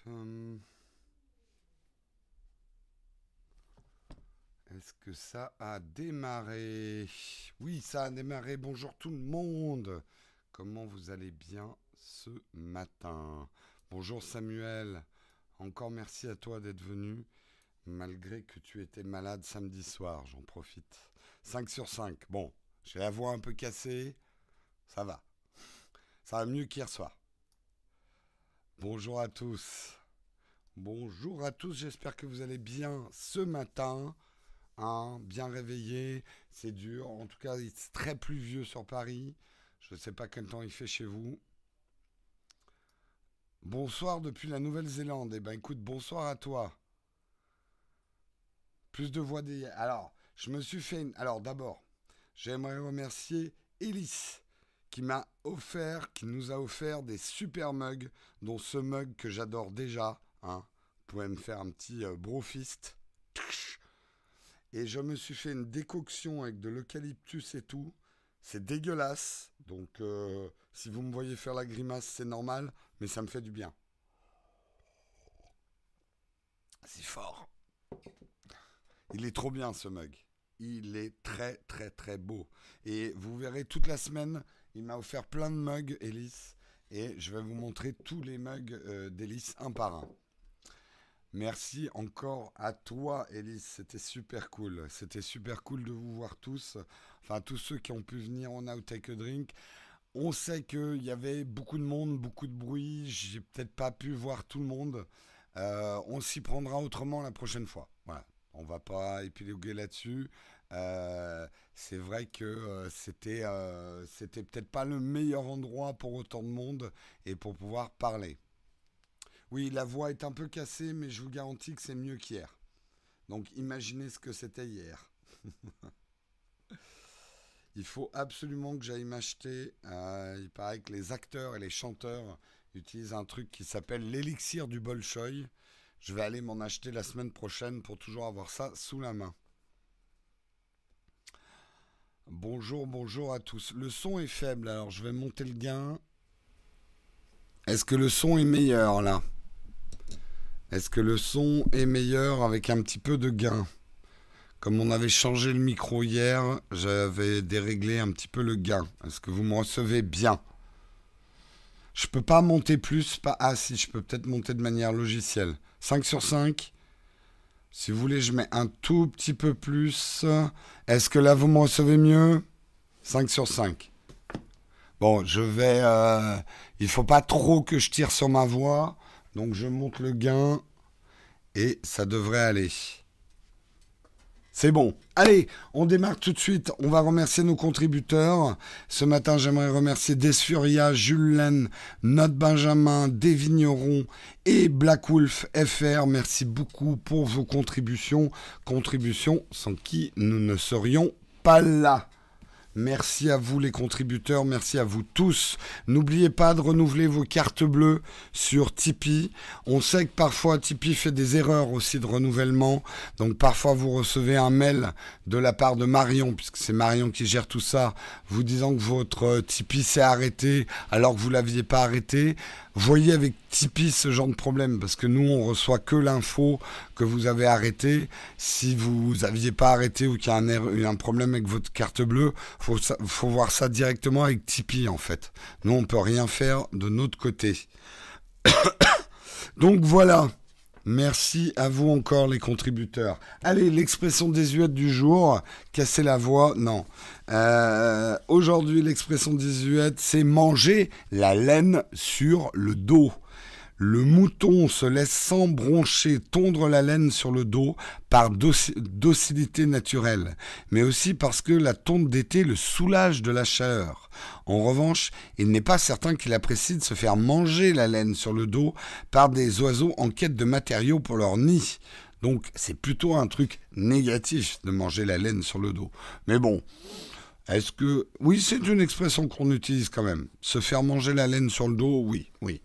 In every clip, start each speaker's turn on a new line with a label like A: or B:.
A: Hum, Est-ce que ça a démarré? Oui, ça a démarré. Bonjour tout le monde. Comment vous allez bien ce matin? Bonjour Samuel. Encore merci à toi d'être venu, malgré que tu étais malade samedi soir. J'en profite. 5 sur 5. Bon, j'ai la voix un peu cassée. Ça va. Ça va mieux qu'hier soir. Bonjour à tous. Bonjour à tous. J'espère que vous allez bien ce matin. Hein, bien réveillé, c'est dur. En tout cas, il est très pluvieux sur Paris. Je ne sais pas quel temps il fait chez vous. Bonsoir depuis la Nouvelle-Zélande. Eh ben écoute, bonsoir à toi. Plus de voix d'hier. Alors, je me suis fait une... Alors d'abord, j'aimerais remercier Elise qui nous a offert des super mugs, dont ce mug que j'adore déjà. Hein. Vous pouvez me faire un petit brofist. Et je me suis fait une décoction avec de l'eucalyptus et tout. C'est dégueulasse. Donc, si vous me voyez faire la grimace, c'est normal. Mais ça me fait du bien. C'est fort. Il est trop bien, ce mug. Il est très, très, très beau. Et vous verrez toute la semaine, il m'a offert plein de mugs, Elise. Et je vais vous montrer tous les mugs d'Elise, un par un. Merci encore à toi, Elise. C'était super cool. C'était super cool de vous voir tous. Enfin, tous ceux qui ont pu venir on Now Take a Drink. On sait qu'il y avait beaucoup de monde, beaucoup de bruit. J'ai peut-être pas pu voir tout le monde. On s'y prendra autrement la prochaine fois. Voilà. On va pas épiloguer là-dessus. C'est vrai que c'était peut-être pas le meilleur endroit pour autant de monde et pour pouvoir parler. Oui, la voix est un peu cassée, mais je vous garantis que c'est mieux qu'hier. Donc imaginez ce que c'était hier. Il faut absolument que j'aille m'acheter. Il paraît que les acteurs et les chanteurs utilisent un truc qui s'appelle l'élixir du Bolchoï. Je vais aller m'en acheter la semaine prochaine pour toujours avoir ça sous la main. Bonjour, bonjour à tous. Le son est faible, alors je vais monter le gain. Est-ce que le son est meilleur là? Est-ce que le son est meilleur avec un petit peu de gain? Comme on avait changé le micro hier, j'avais déréglé un petit peu le gain. Est-ce que vous me recevez bien? Je peux pas monter plus. Ah si, je peux peut-être monter de manière logicielle. 5 sur 5. Si vous voulez, je mets un tout petit peu plus. Est-ce que là, vous me recevez mieux? 5 sur 5. Bon, je vais... il faut pas trop que je tire sur ma voix. Donc je monte le gain et ça devrait aller. C'est bon. Allez, on démarre tout de suite. On va remercier nos contributeurs. Ce matin, j'aimerais remercier Desfuria, Jules Laine, Note Benjamin, Desvignerons et Black Wolf FR. Merci beaucoup pour vos contributions. Contributions sans qui nous ne serions pas là. Merci à vous les contributeurs, merci à vous tous. N'oubliez pas de renouveler vos cartes bleues sur Tipeee. On sait que parfois Tipeee fait des erreurs aussi de renouvellement. Donc parfois vous recevez un mail de la part de Marion, puisque c'est Marion qui gère tout ça, vous disant que votre Tipeee s'est arrêté alors que vous ne l'aviez pas arrêté. Voyez avec Tipeee ce genre de problème, parce que nous, on reçoit que l'info que vous avez arrêté. Si vous n'aviez pas arrêté ou qu'il y a un problème avec votre carte bleue, faut voir ça directement avec Tipeee, en fait. Nous, on ne peut rien faire de notre côté. Donc voilà. Merci à vous encore les contributeurs. Allez, l'expression désuète du jour, casser la voix, non. Aujourd'hui, l'expression désuète, c'est manger la laine sur le dos. Le mouton se laisse sans broncher tondre la laine sur le dos par docilité naturelle, mais aussi parce que la tonte d'été le soulage de la chaleur. En revanche, il n'est pas certain qu'il apprécie de se faire manger la laine sur le dos par des oiseaux en quête de matériaux pour leur nid. Donc c'est plutôt un truc négatif de manger la laine sur le dos. Mais bon, est-ce que... Oui, c'est une expression qu'on utilise quand même. Se faire manger la laine sur le dos, oui, oui.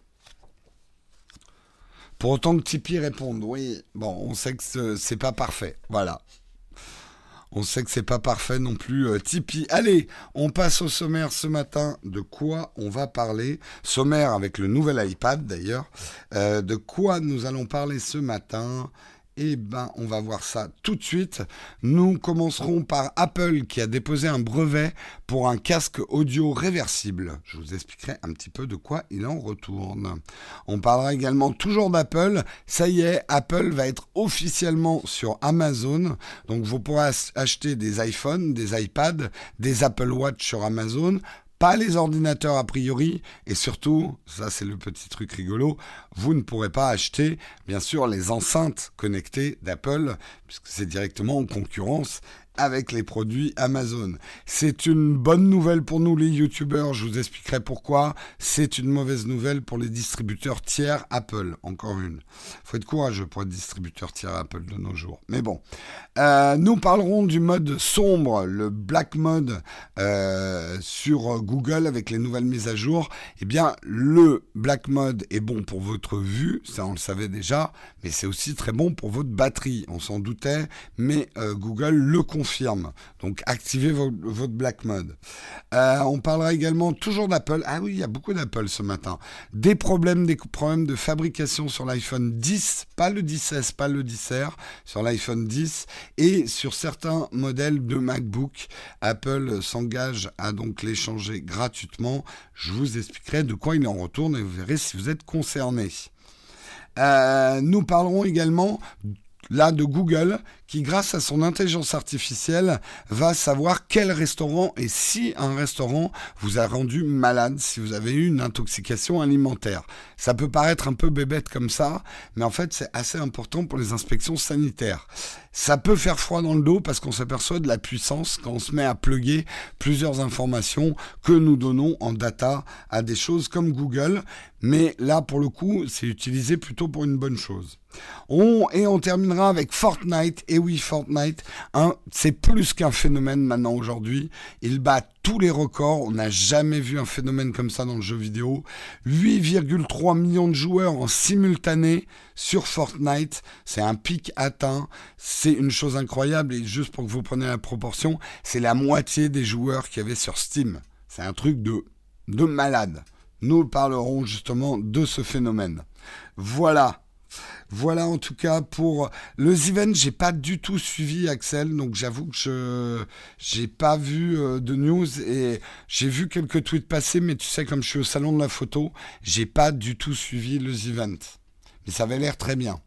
A: Pour autant que Tipeee réponde, oui, bon, on sait que c'est pas parfait, voilà. On sait que c'est pas parfait non plus, Tipeee. Allez, on passe au sommaire ce matin. De quoi on va parler? Sommaire avec le nouvel iPad d'ailleurs. De quoi nous allons parler ce matin? Eh ben, on va voir ça tout de suite. Nous commencerons par Apple qui a déposé un brevet pour un casque audio réversible. Je vous expliquerai un petit peu de quoi il en retourne. On parlera également toujours d'Apple. Ça y est, Apple va être officiellement sur Amazon. Donc vous pourrez acheter des iPhones, des iPads, des Apple Watch sur Amazon. Pas les ordinateurs a priori, et surtout, ça c'est le petit truc rigolo, vous ne pourrez pas acheter, bien sûr, les enceintes connectées d'Apple, puisque c'est directement en concurrence avec les produits Amazon. C'est une bonne nouvelle pour nous les youtubeurs, je vous expliquerai pourquoi. C'est une mauvaise nouvelle pour les distributeurs tiers Apple, encore une. Faut être courageux pour être distributeur tiers Apple de nos jours. Mais bon, nous parlerons du mode sombre, le Black Mode sur Google avec les nouvelles mises à jour. Eh bien, le Black Mode est bon pour votre vue, ça on le savait déjà, mais c'est aussi très bon pour votre batterie. On s'en doutait, mais Google le confirme. Donc, activez votre Black Mode. On parlera également toujours d'Apple. Ah oui, il y a beaucoup d'Apple ce matin. Des problèmes de fabrication sur l'iPhone 10, pas le 10S, pas le 10R, sur l'iPhone 10 et sur certains modèles de MacBook. Apple s'engage à donc les changer gratuitement. Je vous expliquerai de quoi il en retourne et vous verrez si vous êtes concernés. Nous parlerons également là de Google qui, grâce à son intelligence artificielle, va savoir quel restaurant et si un restaurant vous a rendu malade, si vous avez eu une intoxication alimentaire. Ça peut paraître un peu bébête comme ça, mais en fait c'est assez important pour les inspections sanitaires. Ça peut faire froid dans le dos parce qu'on s'aperçoit de la puissance quand on se met à plugger plusieurs informations que nous donnons en data à des choses comme Google. Mais là, pour le coup, c'est utilisé plutôt pour une bonne chose. On terminera avec Fortnite. Et oui, Fortnite, c'est plus qu'un phénomène maintenant aujourd'hui. Il bat tous les records. On n'a jamais vu un phénomène comme ça dans le jeu vidéo. 8,3 millions de joueurs en simultané sur Fortnite. C'est un pic atteint. C'est une chose incroyable. Et juste pour que vous preniez la proportion, c'est la moitié des joueurs qu'il y avait sur Steam. C'est un truc de malade. Nous parlerons justement de ce phénomène. Voilà en tout cas pour le event. J'ai pas du tout suivi Axel, donc j'avoue que j'ai pas vu de news et j'ai vu quelques tweets passer, mais tu sais, comme je suis au salon de la photo, j'ai pas du tout suivi le event. Mais ça avait l'air très bien.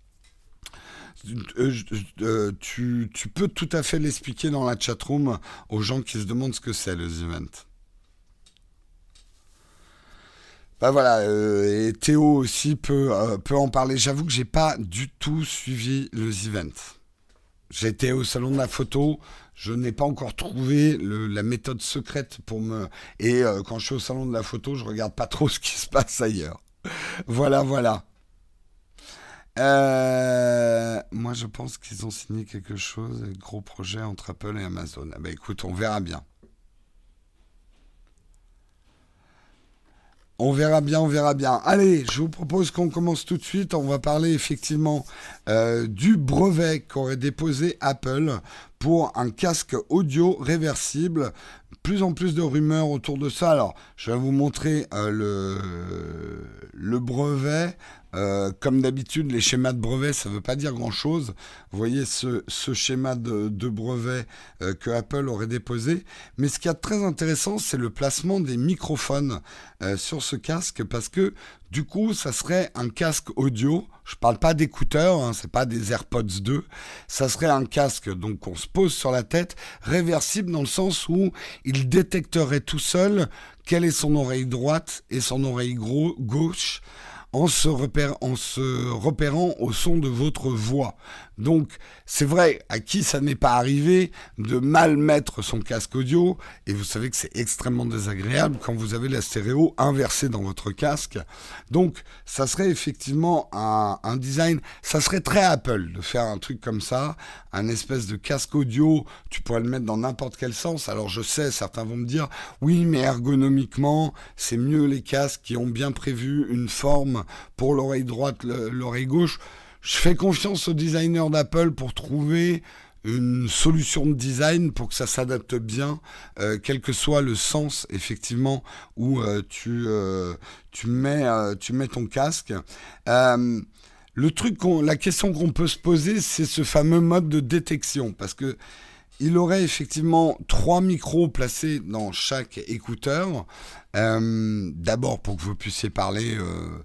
A: Tu peux tout à fait l'expliquer dans la chatroom aux gens qui se demandent ce que c'est le event. Bah voilà, et Théo aussi peut en parler. J'avoue que j'ai pas du tout suivi le event. J'étais au salon de la photo, je n'ai pas encore trouvé la méthode secrète pour me... Et quand je suis au salon de la photo, je regarde pas trop ce qui se passe ailleurs. Voilà. Moi, je pense qu'ils ont signé quelque chose, un gros projet entre Apple et Amazon. Ah bah écoute, on verra bien. On verra bien. Allez, je vous propose qu'on commence tout de suite. On va parler effectivement du brevet qu'aurait déposé Apple pour un casque audio réversible. Plus en plus de rumeurs autour de ça. Alors, je vais vous montrer le brevet. Comme d'habitude, les schémas de brevet, ça ne veut pas dire grand-chose. Vous voyez ce schéma de brevet que Apple aurait déposé. Mais ce qui est très intéressant, c'est le placement des microphones sur ce casque, parce que du coup, ça serait un casque audio. Je ne parle pas d'écouteurs, hein, c'est pas des AirPods 2. Ça serait un casque donc qu'on se pose sur la tête, réversible dans le sens où il détecterait tout seul quelle est son oreille droite et son oreille gauche, en se repérant au son de votre voix. Donc, c'est vrai, à qui ça n'est pas arrivé de mal mettre son casque audio, et vous savez que c'est extrêmement désagréable quand vous avez la stéréo inversée dans votre casque. Donc, ça serait effectivement un design, ça serait très Apple de faire un truc comme ça, un espèce de casque audio, tu pourrais le mettre dans n'importe quel sens. Alors, je sais, certains vont me dire, oui, mais ergonomiquement, c'est mieux les casques qui ont bien prévu une forme pour l'oreille droite, l'oreille gauche. Je fais confiance aux designers d'Apple pour trouver une solution de design pour que ça s'adapte bien, quel que soit le sens effectivement où tu mets ton casque. La question qu'on peut se poser, c'est ce fameux mode de détection, parce que il aurait effectivement 3 micros placés dans chaque écouteur. D'abord pour que vous puissiez parler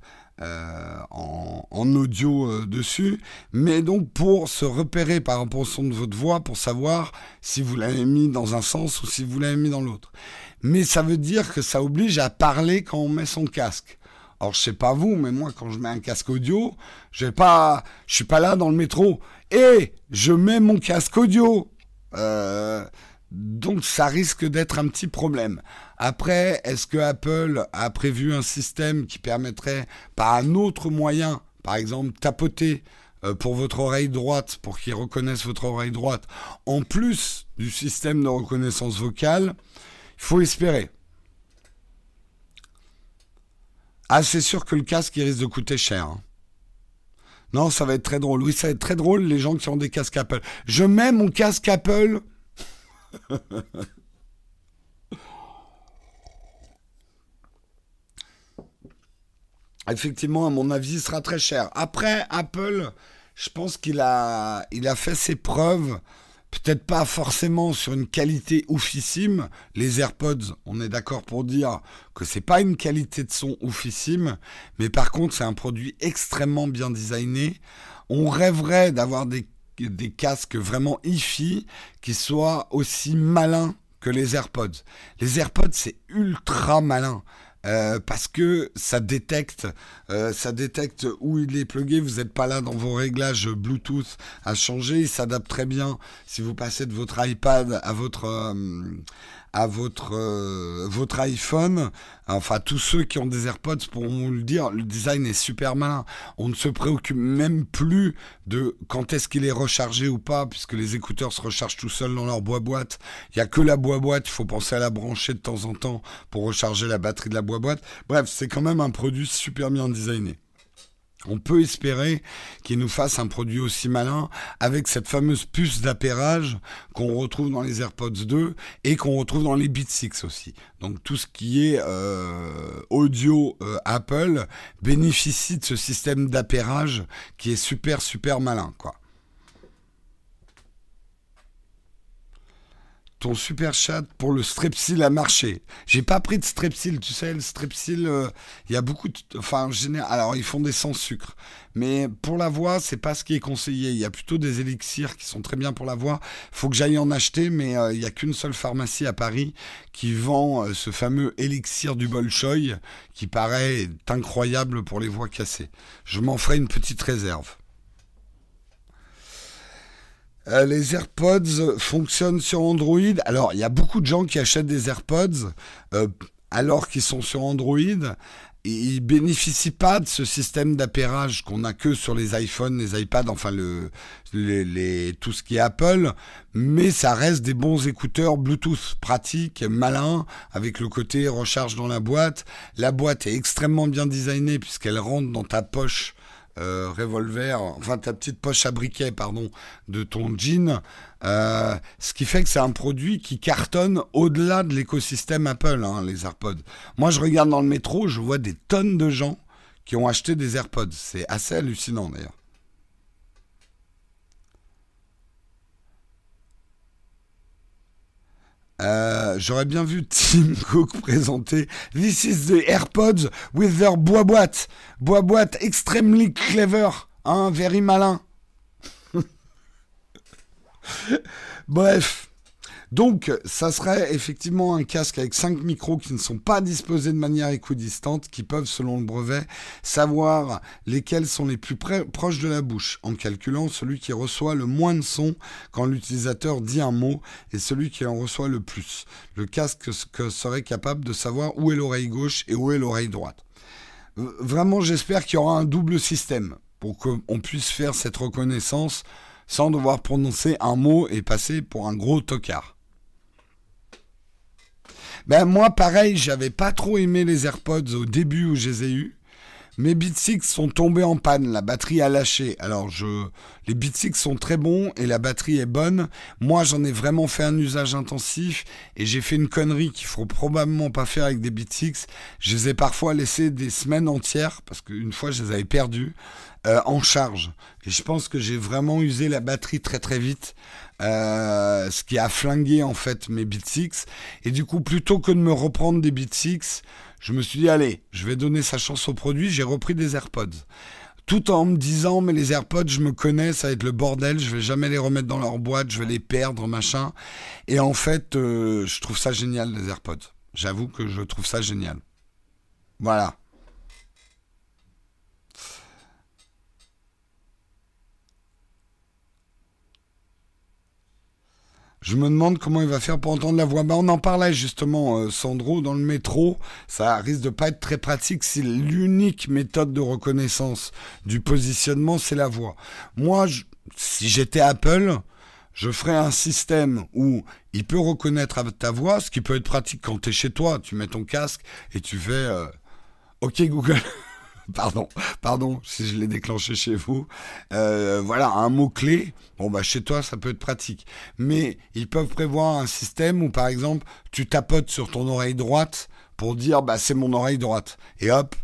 A: en audio dessus, mais donc pour se repérer par rapport au son de votre voix, pour savoir si vous l'avez mis dans un sens ou si vous l'avez mis dans l'autre. Mais ça veut dire que ça oblige à parler quand on met son casque. Alors je sais pas vous, mais moi quand je mets un casque audio, je suis pas là dans le métro. Et je mets mon casque audio. Donc ça risque d'être un petit problème. Après, est-ce que Apple a prévu un système qui permettrait par un autre moyen, par exemple tapoter pour votre oreille droite, pour qu'il reconnaisse votre oreille droite, en plus du système de reconnaissance vocale? Il faut espérer. Ah, c'est sûr que le casque il risque de coûter cher. Hein. Non, ça va être très drôle. Oui, ça va être très drôle les gens qui ont des casques Apple. Je mets mon casque Apple. Effectivement, à mon avis, il sera très cher. Après, Apple, je pense qu'il a fait ses preuves. Peut-être pas forcément sur une qualité oufissime. Les AirPods, on est d'accord pour dire que c'est pas une qualité de son oufissime, mais par contre, c'est un produit extrêmement bien designé. On rêverait d'avoir des casques vraiment hi-fi qui soient aussi malins que les AirPods. Les AirPods, c'est ultra malin. Parce que ça détecte où il est plugué. Vous n'êtes pas là dans vos réglages Bluetooth à changer. Il s'adapte très bien si vous passez de votre iPad à votre iPhone. Enfin, tous ceux qui ont des AirPods pourront vous le dire, le design est super malin. On ne se préoccupe même plus de quand est-ce qu'il est rechargé ou pas, puisque les écouteurs se rechargent tout seuls dans leur boîte. Il n'y a que la boîte, il faut penser à la brancher de temps en temps pour recharger la batterie de la boîte. Bref, c'est quand même un produit super bien designé. On peut espérer qu'il nous fasse un produit aussi malin avec cette fameuse puce d'appairage qu'on retrouve dans les AirPods 2 et qu'on retrouve dans les Beats 6 aussi. Donc tout ce qui est audio Apple bénéficie de ce système d'appairage qui est super super malin, quoi. Ton super chat pour le Strepsil a marché. J'ai pas pris de Strepsil, tu sais, le Strepsil, il y a beaucoup de... Enfin, en général, alors ils font des sans sucre. Mais pour la voix, c'est pas ce qui est conseillé. Il y a plutôt des élixirs qui sont très bien pour la voix. Faut que j'aille en acheter, mais il y a qu'une seule pharmacie à Paris qui vend ce fameux élixir du Bolchoï, qui paraît incroyable pour les voix cassées. Je m'en ferai une petite réserve. Les AirPods fonctionnent sur Android. Alors, il y a beaucoup de gens qui achètent des AirPods alors qu'ils sont sur Android. Et ils bénéficient pas de ce système d'appairage qu'on a que sur les iPhones, les iPads, enfin tout ce qui est Apple. Mais ça reste des bons écouteurs Bluetooth pratiques, malins, avec le côté recharge dans la boîte. La boîte est extrêmement bien designée puisqu'elle rentre dans ta poche. Revolver, enfin ta petite poche à briquet, pardon, de ton jean, ce qui fait que c'est un produit qui cartonne au-delà de l'écosystème Apple, hein, les AirPods. Moi, je regarde dans le métro, je vois des tonnes de gens qui ont acheté des AirPods. C'est assez hallucinant d'ailleurs. J'aurais bien vu Tim Cook présenter This is the AirPods with their boîte extremely clever, hein, very malin. Bref. Donc, ça serait effectivement un casque avec 5 micros qui ne sont pas disposés de manière équidistante, qui peuvent, selon le brevet, savoir lesquels sont les plus proches de la bouche, en calculant celui qui reçoit le moins de son quand l'utilisateur dit un mot et celui qui en reçoit le plus. Le casque serait capable de savoir où est l'oreille gauche et où est l'oreille droite. Vraiment, j'espère qu'il y aura un double système pour qu'on puisse faire cette reconnaissance sans devoir prononcer un mot et passer pour un gros tocard. Ben moi, pareil, j'avais pas trop aimé les AirPods au début où je les ai eus. Mes Beats 6 sont tombés en panne, la batterie a lâché. Alors, les Beats 6 sont très bons et la batterie est bonne. Moi, j'en ai vraiment fait un usage intensif et j'ai fait une connerie qu'il faut probablement pas faire avec des Beats 6. Je les ai parfois laissés des semaines entières, parce qu'une fois, je les avais perdus, en charge. Et je pense que j'ai vraiment usé la batterie très très vite, ce qui a flingué en fait mes Beats 6. Et du coup, plutôt que de me reprendre des Beats 6, je me suis dit, allez, je vais donner sa chance au produit, j'ai repris des AirPods. Tout en me disant, mais les AirPods, je me connais, ça va être le bordel, je vais jamais les remettre dans leur boîte, je vais les perdre, machin. Et en fait, je trouve ça génial, les AirPods. J'avoue que je trouve ça génial. Voilà. Je me demande comment il va faire pour entendre la voix. Bah, on en parlait justement, Sandro, dans le métro. Ça risque de pas être très pratique si l'unique méthode de reconnaissance du positionnement, c'est la voix. Moi, si j'étais Apple, je ferais un système où il peut reconnaître ta voix, ce qui peut être pratique quand tu es chez toi. Tu mets ton casque et tu fais OK Google. Pardon, si je l'ai déclenché chez vous. Voilà, un mot-clé. Bon, bah, chez toi, ça peut être pratique. Mais ils peuvent prévoir un système où, par exemple, tu tapotes sur ton oreille droite pour dire, bah, c'est mon oreille droite. Et hop,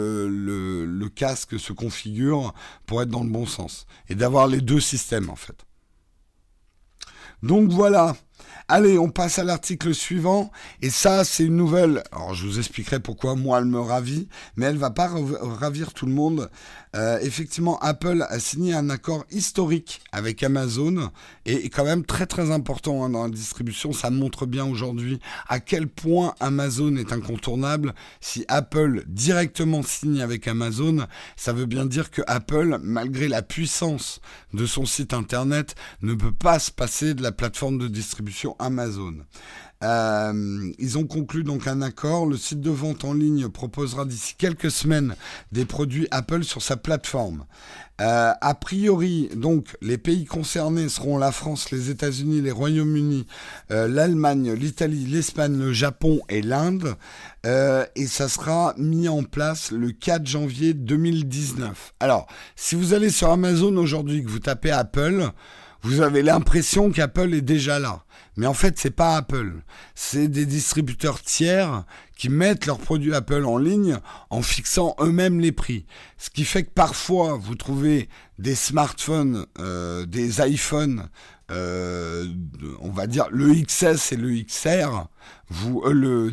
A: le casque se configure pour être dans le bon sens. Et d'avoir les deux systèmes, en fait. Donc voilà. Allez, on passe à l'article suivant. Et ça, c'est une nouvelle. Alors, je vous expliquerai pourquoi moi, elle me ravit. Mais elle va pas ravir tout le monde. Effectivement, Apple a signé un accord historique avec Amazon. Et quand même très, très important dans la distribution. Ça montre bien aujourd'hui à quel point Amazon est incontournable. Si Apple directement signe avec Amazon, ça veut bien dire que Apple, malgré la puissance de son site internet, ne peut pas se passer de la plateforme de distribution Amazon. Ils ont conclu donc un accord. Le site de vente en ligne proposera d'ici quelques semaines des produits Apple sur sa plateforme. A priori, donc, les pays concernés seront la France, les États-Unis, les Royaumes-Unis, l'Allemagne, l'Italie, l'Espagne, le Japon et l'Inde. Et ça sera mis en place le 4 janvier 2019. Alors, si vous allez sur Amazon aujourd'hui, que vous tapez Apple, vous avez l'impression qu'Apple est déjà là. Mais en fait, c'est pas Apple. C'est des distributeurs tiers qui mettent leurs produits Apple en ligne en fixant eux-mêmes les prix. Ce qui fait que parfois, vous trouvez des smartphones, des iPhones, on va dire le XS et le XR, le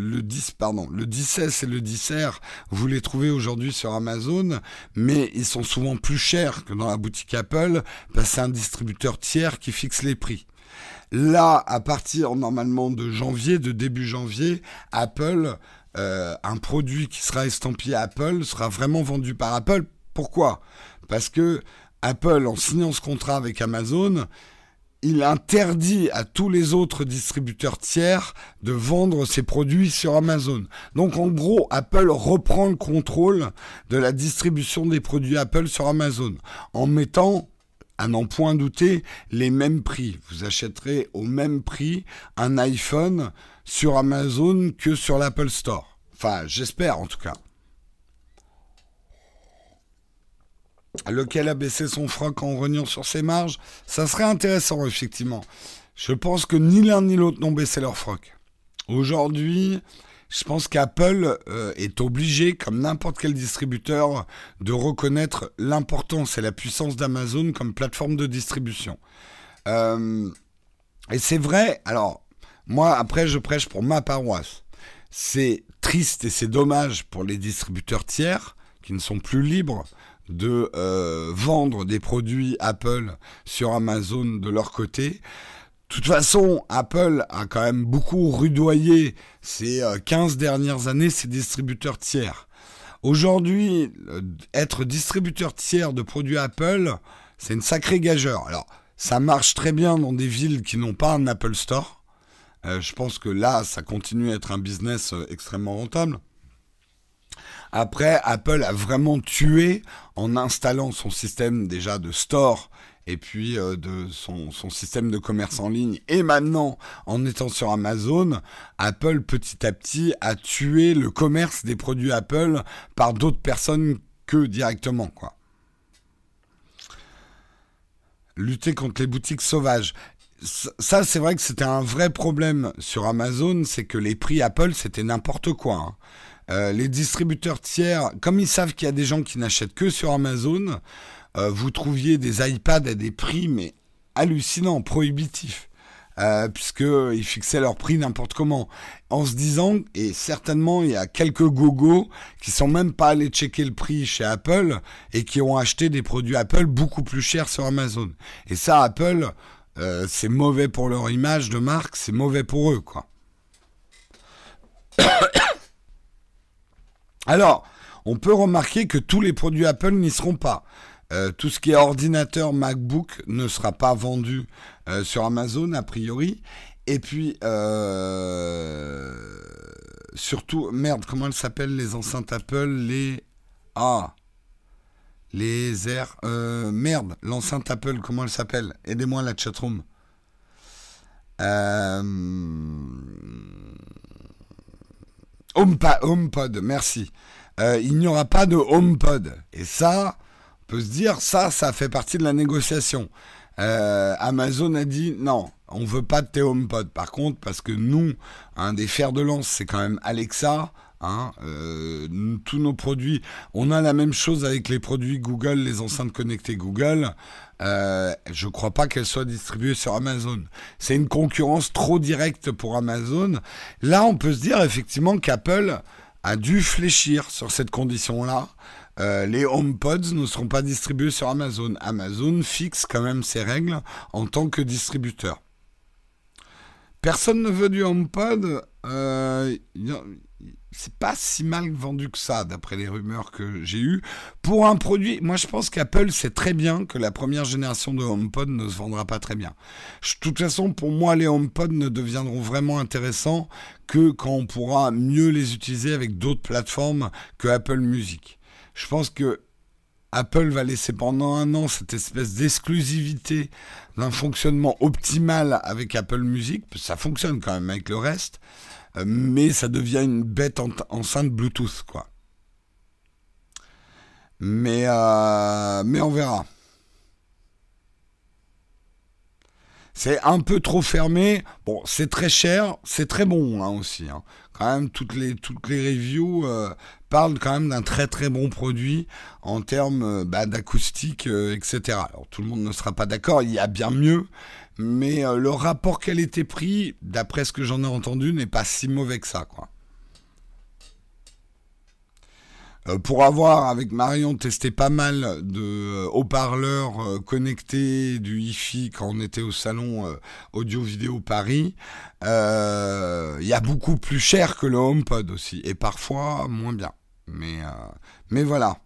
A: 10S et le 10R, vous les trouvez aujourd'hui sur Amazon, mais ils sont souvent plus chers que dans la boutique Apple, parce que c'est un distributeur tiers qui fixe les prix. Là, à partir normalement de début janvier, Apple, un produit qui sera estampillé Apple sera vraiment vendu par Apple. Pourquoi ? Parce que Apple, en signant ce contrat avec Amazon, il interdit à tous les autres distributeurs tiers de vendre ses produits sur Amazon. Donc en gros, Apple reprend le contrôle de la distribution des produits Apple sur Amazon en mettant, à n'en point douter, les mêmes prix. Vous achèterez au même prix un iPhone sur Amazon que sur l'Apple Store. Enfin, j'espère en tout cas. Lequel a baissé son froc en rognant sur ses marges? Ça serait intéressant, effectivement. Je pense que ni l'un ni l'autre n'ont baissé leur froc. Aujourd'hui, je pense qu'Apple est obligé, comme n'importe quel distributeur, de reconnaître l'importance et la puissance d'Amazon comme plateforme de distribution. Et c'est vrai, alors, moi, après, je prêche pour ma paroisse. C'est triste et c'est dommage pour les distributeurs tiers qui ne sont plus libres de vendre des produits Apple sur Amazon de leur côté. De toute façon, Apple a quand même beaucoup rudoyé ces 15 dernières années ses distributeurs tiers. Aujourd'hui, être distributeur tiers de produits Apple, c'est une sacrée gageure. Alors, ça marche très bien dans des villes qui n'ont pas un Apple Store. Je pense que là, ça continue à être un business extrêmement rentable. Après, Apple a vraiment tué en installant son système déjà de store et puis de son système de commerce en ligne. Et maintenant, en étant sur Amazon, Apple, petit à petit, a tué le commerce des produits Apple par d'autres personnes que directement, quoi. Lutter contre les boutiques sauvages. Ça, c'est vrai que c'était un vrai problème sur Amazon, c'est que les prix Apple, c'était n'importe quoi, hein. Les distributeurs tiers, comme ils savent qu'il y a des gens qui n'achètent que sur Amazon, vous trouviez des iPads à des prix, mais hallucinants, prohibitifs. Puisqu'ils fixaient leur prix n'importe comment, en se disant, et certainement il y a quelques gogos qui sont même pas allés checker le prix chez Apple et qui ont acheté des produits Apple beaucoup plus chers sur Amazon. Et ça, Apple, c'est mauvais pour leur image de marque, c'est mauvais pour eux, quoi. Alors, on peut remarquer que tous les produits Apple n'y seront pas. Tout ce qui est ordinateur MacBook ne sera pas vendu sur Amazon a priori. Et puis surtout, merde, comment elles s'appellent les enceintes Apple, merde, l'enceinte Apple, comment elle s'appelle? Aidez-moi la chatroom. HomePod, merci. Il n'y aura pas de HomePod. Et ça, on peut se dire, ça fait partie de la négociation. Amazon a dit, non, on veut pas de tes HomePod. Par contre, parce que nous, un des fers de lance, c'est quand même Alexa. Hein, tous nos produits, on a la même chose avec les produits Google, les enceintes connectées Google. Je crois pas qu'elles soient distribuées sur Amazon. C'est une concurrence trop directe pour Amazon. Là, on peut se dire effectivement qu'Apple a dû fléchir sur cette condition-là. Les HomePods ne seront pas distribués sur Amazon. Amazon fixe quand même ses règles en tant que distributeur. Personne ne veut du HomePod. C'est pas si mal vendu que ça, d'après les rumeurs que j'ai eues. Pour un produit, moi je pense qu'Apple sait très bien que la première génération de HomePod ne se vendra pas très bien. De toute façon, pour moi, les HomePod ne deviendront vraiment intéressants que quand on pourra mieux les utiliser avec d'autres plateformes que Apple Music. Je pense que Apple va laisser pendant un an cette espèce d'exclusivité d'un fonctionnement optimal avec Apple Music. Ça fonctionne quand même avec le reste. Mais ça devient une bête enceinte Bluetooth, quoi. Mais on verra. C'est un peu trop fermé. Bon, c'est très cher, c'est très bon hein, aussi. Hein. Quand même, toutes les reviews parlent quand même d'un très très bon produit en termes d'acoustique, etc. Alors tout le monde ne sera pas d'accord, il y a bien mieux. Mais le rapport qualité-prix, d'après ce que j'en ai entendu, n'est pas si mauvais que ça, quoi. Pour avoir, avec Marion, testé pas mal de haut-parleurs connectés, du Hi-Fi, quand on était au salon Audio-Vidéo Paris, il y a beaucoup plus cher que le HomePod aussi, et parfois moins bien. Mais voilà.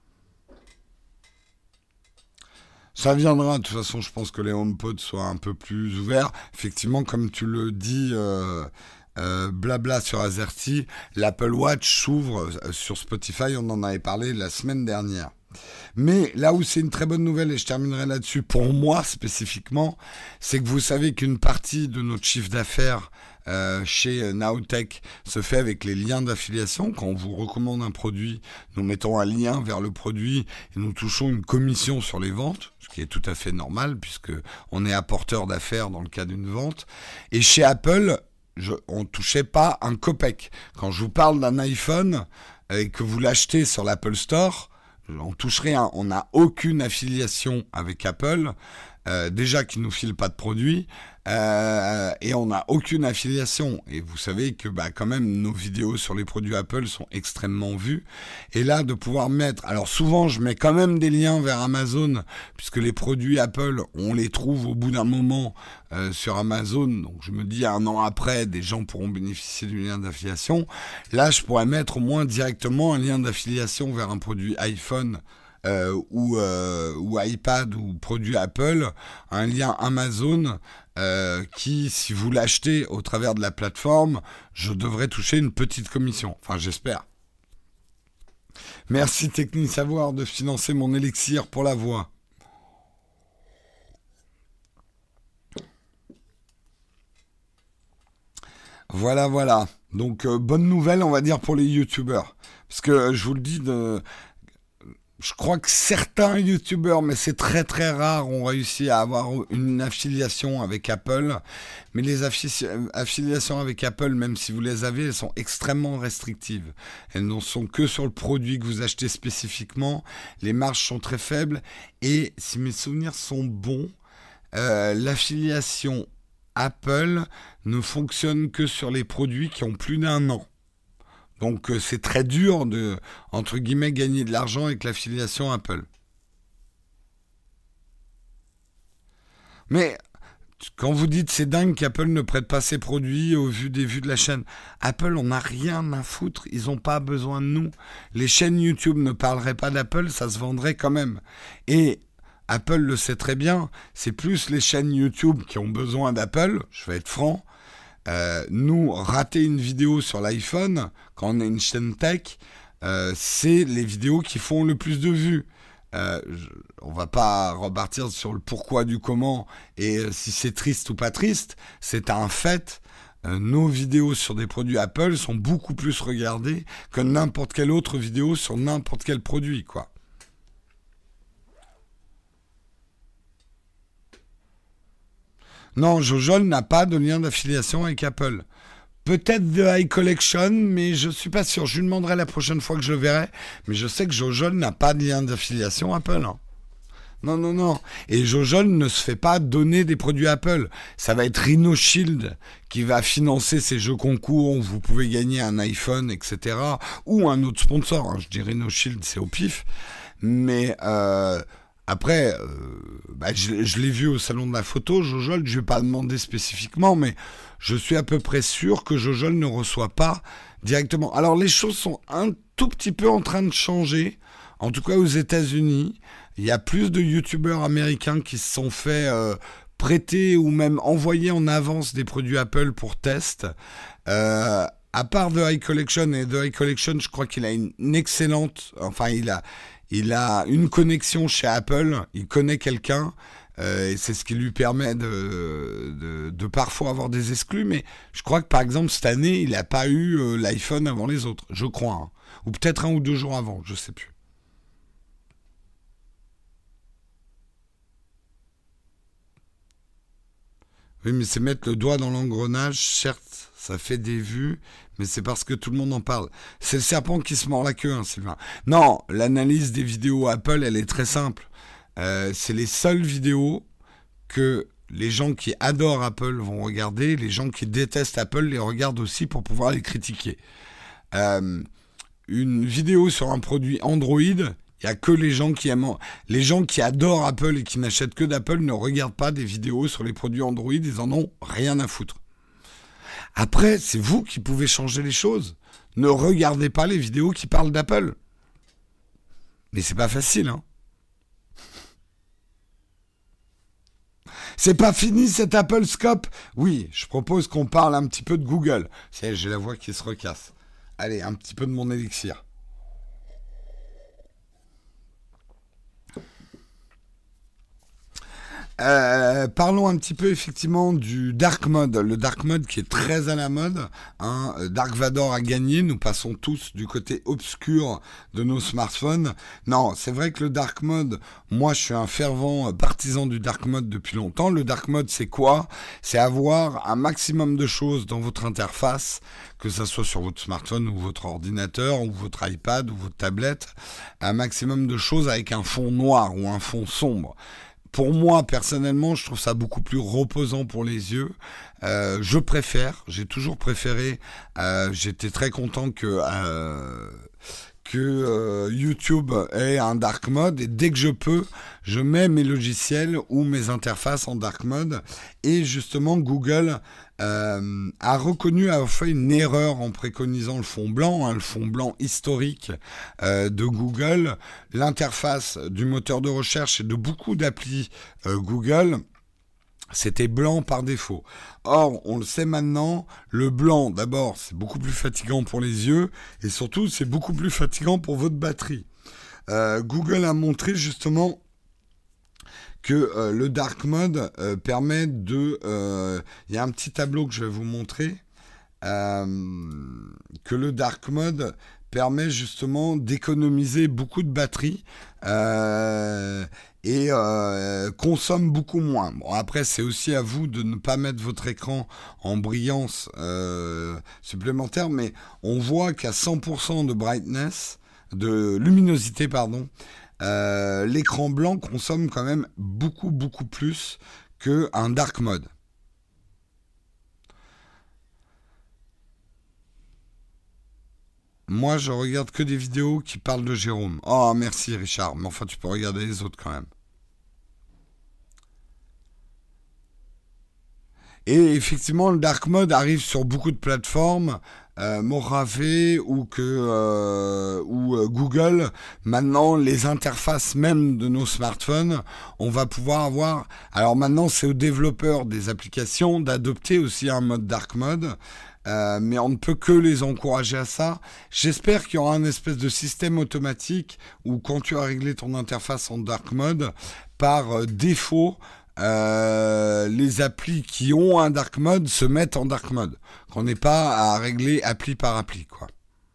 A: Ça viendra, de toute façon, je pense que les HomePod soient un peu plus ouverts. Effectivement, comme tu le dis, blabla sur Azerty, l'Apple Watch s'ouvre sur Spotify, on en avait parlé la semaine dernière. Mais là où c'est une très bonne nouvelle, et je terminerai là-dessus, pour moi spécifiquement, c'est que vous savez qu'une partie de notre chiffre d'affaires chez Nowtech se fait avec les liens d'affiliation. Quand on vous recommande un produit, nous mettons un lien vers le produit et nous touchons une commission sur les ventes, ce qui est tout à fait normal puisque on est apporteur d'affaires dans le cas d'une vente. Et chez Apple, on ne touchait pas un copec. Quand je vous parle d'un iPhone et que vous l'achetez sur l'Apple Store, on touche rien. On n'a aucune affiliation avec Apple. Déjà qu'ils nous filent pas de produits et on n'a aucune affiliation et vous savez que quand même nos vidéos sur les produits Apple sont extrêmement vues et là de pouvoir mettre, alors souvent je mets quand même des liens vers Amazon puisque les produits Apple on les trouve au bout d'un moment sur Amazon, donc je me dis un an après des gens pourront bénéficier du lien d'affiliation. Là je pourrais mettre au moins directement un lien d'affiliation vers un produit iPhone ou iPad ou produit Apple, un lien Amazon qui, si vous l'achetez au travers de la plateforme, je devrais toucher une petite commission. Enfin, j'espère. Merci Technisavoir de financer mon élixir pour la voix. Voilà, voilà. Donc, bonne nouvelle, on va dire, pour les youtubeurs. Parce que, je vous le dis, je crois que certains youtubeurs, mais c'est très très rare, ont réussi à avoir une affiliation avec Apple. Mais les affiliations avec Apple, même si vous les avez, elles sont extrêmement restrictives. Elles n'en sont que sur le produit que vous achetez spécifiquement. Les marges sont très faibles. Et si mes souvenirs sont bons, l'affiliation Apple ne fonctionne que sur les produits qui ont plus d'un an. Donc c'est très dur de, entre guillemets, gagner de l'argent avec l'affiliation Apple. Mais quand vous dites c'est dingue qu'Apple ne prête pas ses produits au vu des vues de la chaîne, Apple on n'a rien à foutre, ils n'ont pas besoin de nous. Les chaînes YouTube ne parleraient pas d'Apple, ça se vendrait quand même. Et Apple le sait très bien, c'est plus les chaînes YouTube qui ont besoin d'Apple, je vais être franc. Nous, rater une vidéo sur l'iPhone, quand on est une chaîne tech, c'est les vidéos qui font le plus de vues. On va pas repartir sur le pourquoi du comment et si c'est triste ou pas triste, c'est un fait. Nos vidéos sur des produits Apple sont beaucoup plus regardées que n'importe quelle autre vidéo sur n'importe quel produit, quoi. Non, Jojol n'a pas de lien d'affiliation avec Apple. Peut-être The iCollection, mais je suis pas sûr. Je lui demanderai la prochaine fois que je le verrai. Mais je sais que Jojol n'a pas de lien d'affiliation Apple, hein. Non, non, non. Et Jojol ne se fait pas donner des produits Apple. Ça va être Rhino Shield qui va financer ces jeux concours où vous pouvez gagner un iPhone, etc. Ou un autre sponsor, hein. Je dis Rhino Shield, c'est au pif. Mais après, je l'ai vu au salon de la photo, Jojol, je ne vais pas demander spécifiquement, mais je suis à peu près sûr que Jojol ne reçoit pas directement. Alors les choses sont un tout petit peu en train de changer, en tout cas aux États-Unis. Il y a plus de youtubeurs américains qui se sont fait prêter ou même envoyer en avance des produits Apple pour test. À part The iCollection, et The iCollection, je crois qu'il a une excellente... Enfin, il a une connexion chez Apple, il connaît quelqu'un, et c'est ce qui lui permet de parfois avoir des exclus, mais je crois que par exemple cette année, il n'a pas eu l'iPhone avant les autres, je crois, hein. Ou peut-être 1 ou 2 jours avant, je sais plus. Oui, mais c'est mettre le doigt dans l'engrenage, certes, ça fait des vues, mais c'est parce que tout le monde en parle. C'est le serpent qui se mord la queue, hein, Sylvain. Non, l'analyse des vidéos Apple, elle est très simple. C'est les seules vidéos que les gens qui adorent Apple vont regarder, les gens qui détestent Apple les regardent aussi pour pouvoir les critiquer. Euh, une vidéo sur un produit Android, il n'y a que les gens qui aiment... Les gens qui adorent Apple et qui n'achètent que d'Apple ne regardent pas des vidéos sur les produits Android, ils en ont rien à foutre. Après, c'est vous qui pouvez changer les choses. Ne regardez pas les vidéos qui parlent d'Apple. Mais c'est pas facile, hein. C'est pas fini cet Apple Scope. Oui, je propose qu'on parle un petit peu de Google. C'est, j'ai la voix qui se recasse. Allez, un petit peu de mon élixir. Parlons un petit peu effectivement du dark mode, le dark mode qui est très à la mode, hein. Dark Vador a gagné, nous passons tous du côté obscur de nos smartphones. Non, c'est vrai que le dark mode, moi je suis un fervent partisan du dark mode depuis longtemps. Le dark mode c'est quoi? C'est avoir un maximum de choses dans votre interface, que ça soit sur votre smartphone ou votre ordinateur ou votre iPad ou votre tablette, un maximum de choses avec un fond noir ou un fond sombre. Pour moi, personnellement, je trouve ça beaucoup plus reposant pour les yeux. J'ai toujours préféré, j'étais très content que YouTube ait un dark mode et dès que je peux, je mets mes logiciels ou mes interfaces en dark mode et justement Google a reconnu avoir fait une erreur en préconisant le fond blanc, hein, le fond blanc historique de Google, l'interface du moteur de recherche et de beaucoup d'applis Google. C'était blanc par défaut. Or, on le sait maintenant, le blanc, d'abord, c'est beaucoup plus fatigant pour les yeux, et surtout, c'est beaucoup plus fatigant pour votre batterie. Google a montré justement que le dark mode permet de... Il y a un petit tableau que je vais vous montrer. que le dark mode permet justement d'économiser beaucoup de batterie et consomme beaucoup moins. Bon, après, c'est aussi à vous de ne pas mettre votre écran en brillance supplémentaire, mais on voit qu'à 100% de brightness, de luminosité, pardon, l'écran blanc consomme quand même beaucoup plus qu'un dark mode. Moi, je regarde que des vidéos qui parlent de Jérôme. Oh, merci Richard, mais enfin, tu peux regarder les autres quand même. Et effectivement, le dark mode arrive sur beaucoup de plateformes, Mojave ou Google. Maintenant, les interfaces même de nos smartphones, on va pouvoir avoir. Alors maintenant, c'est aux développeurs des applications d'adopter aussi un mode dark mode. Mais on ne peut que les encourager à ça. J'espère qu'il y aura un espèce de système automatique où quand tu as réglé ton interface en dark mode, par défaut, les applis qui ont un dark mode se mettent en dark mode. Qu'on n'ait pas à régler appli par appli, quoi.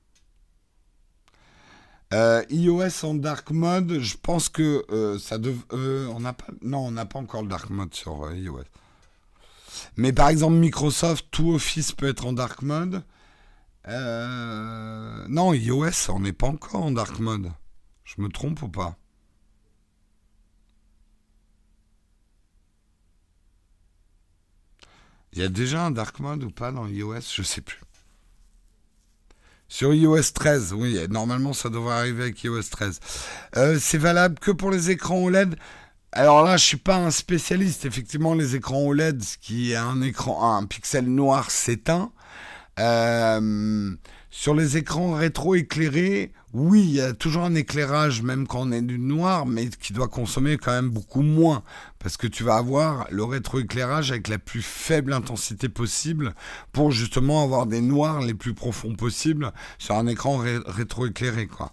A: iOS en dark mode, je pense que ça on n'a pas, non, on n'a pas encore le dark mode sur iOS. Mais par exemple, Microsoft, tout Office peut être en dark mode. Non, iOS, on n'est pas encore en dark mode. Je me trompe ou pas? Il y a déjà un dark mode ou pas dans iOS? Je sais plus. Sur iOS 13, oui, normalement ça devrait arriver avec iOS 13. C'est valable que pour les écrans OLED. Alors là, je suis pas un spécialiste. Effectivement, les écrans OLED, ce qui est un pixel noir s'éteint. Sur les écrans rétro-éclairés, oui, il y a toujours un éclairage, même quand on est du noir, mais qui doit consommer quand même beaucoup moins. Parce que tu vas avoir le rétro-éclairage avec la plus faible intensité possible pour justement avoir des noirs les plus profonds possibles sur un écran rétro-éclairé, quoi.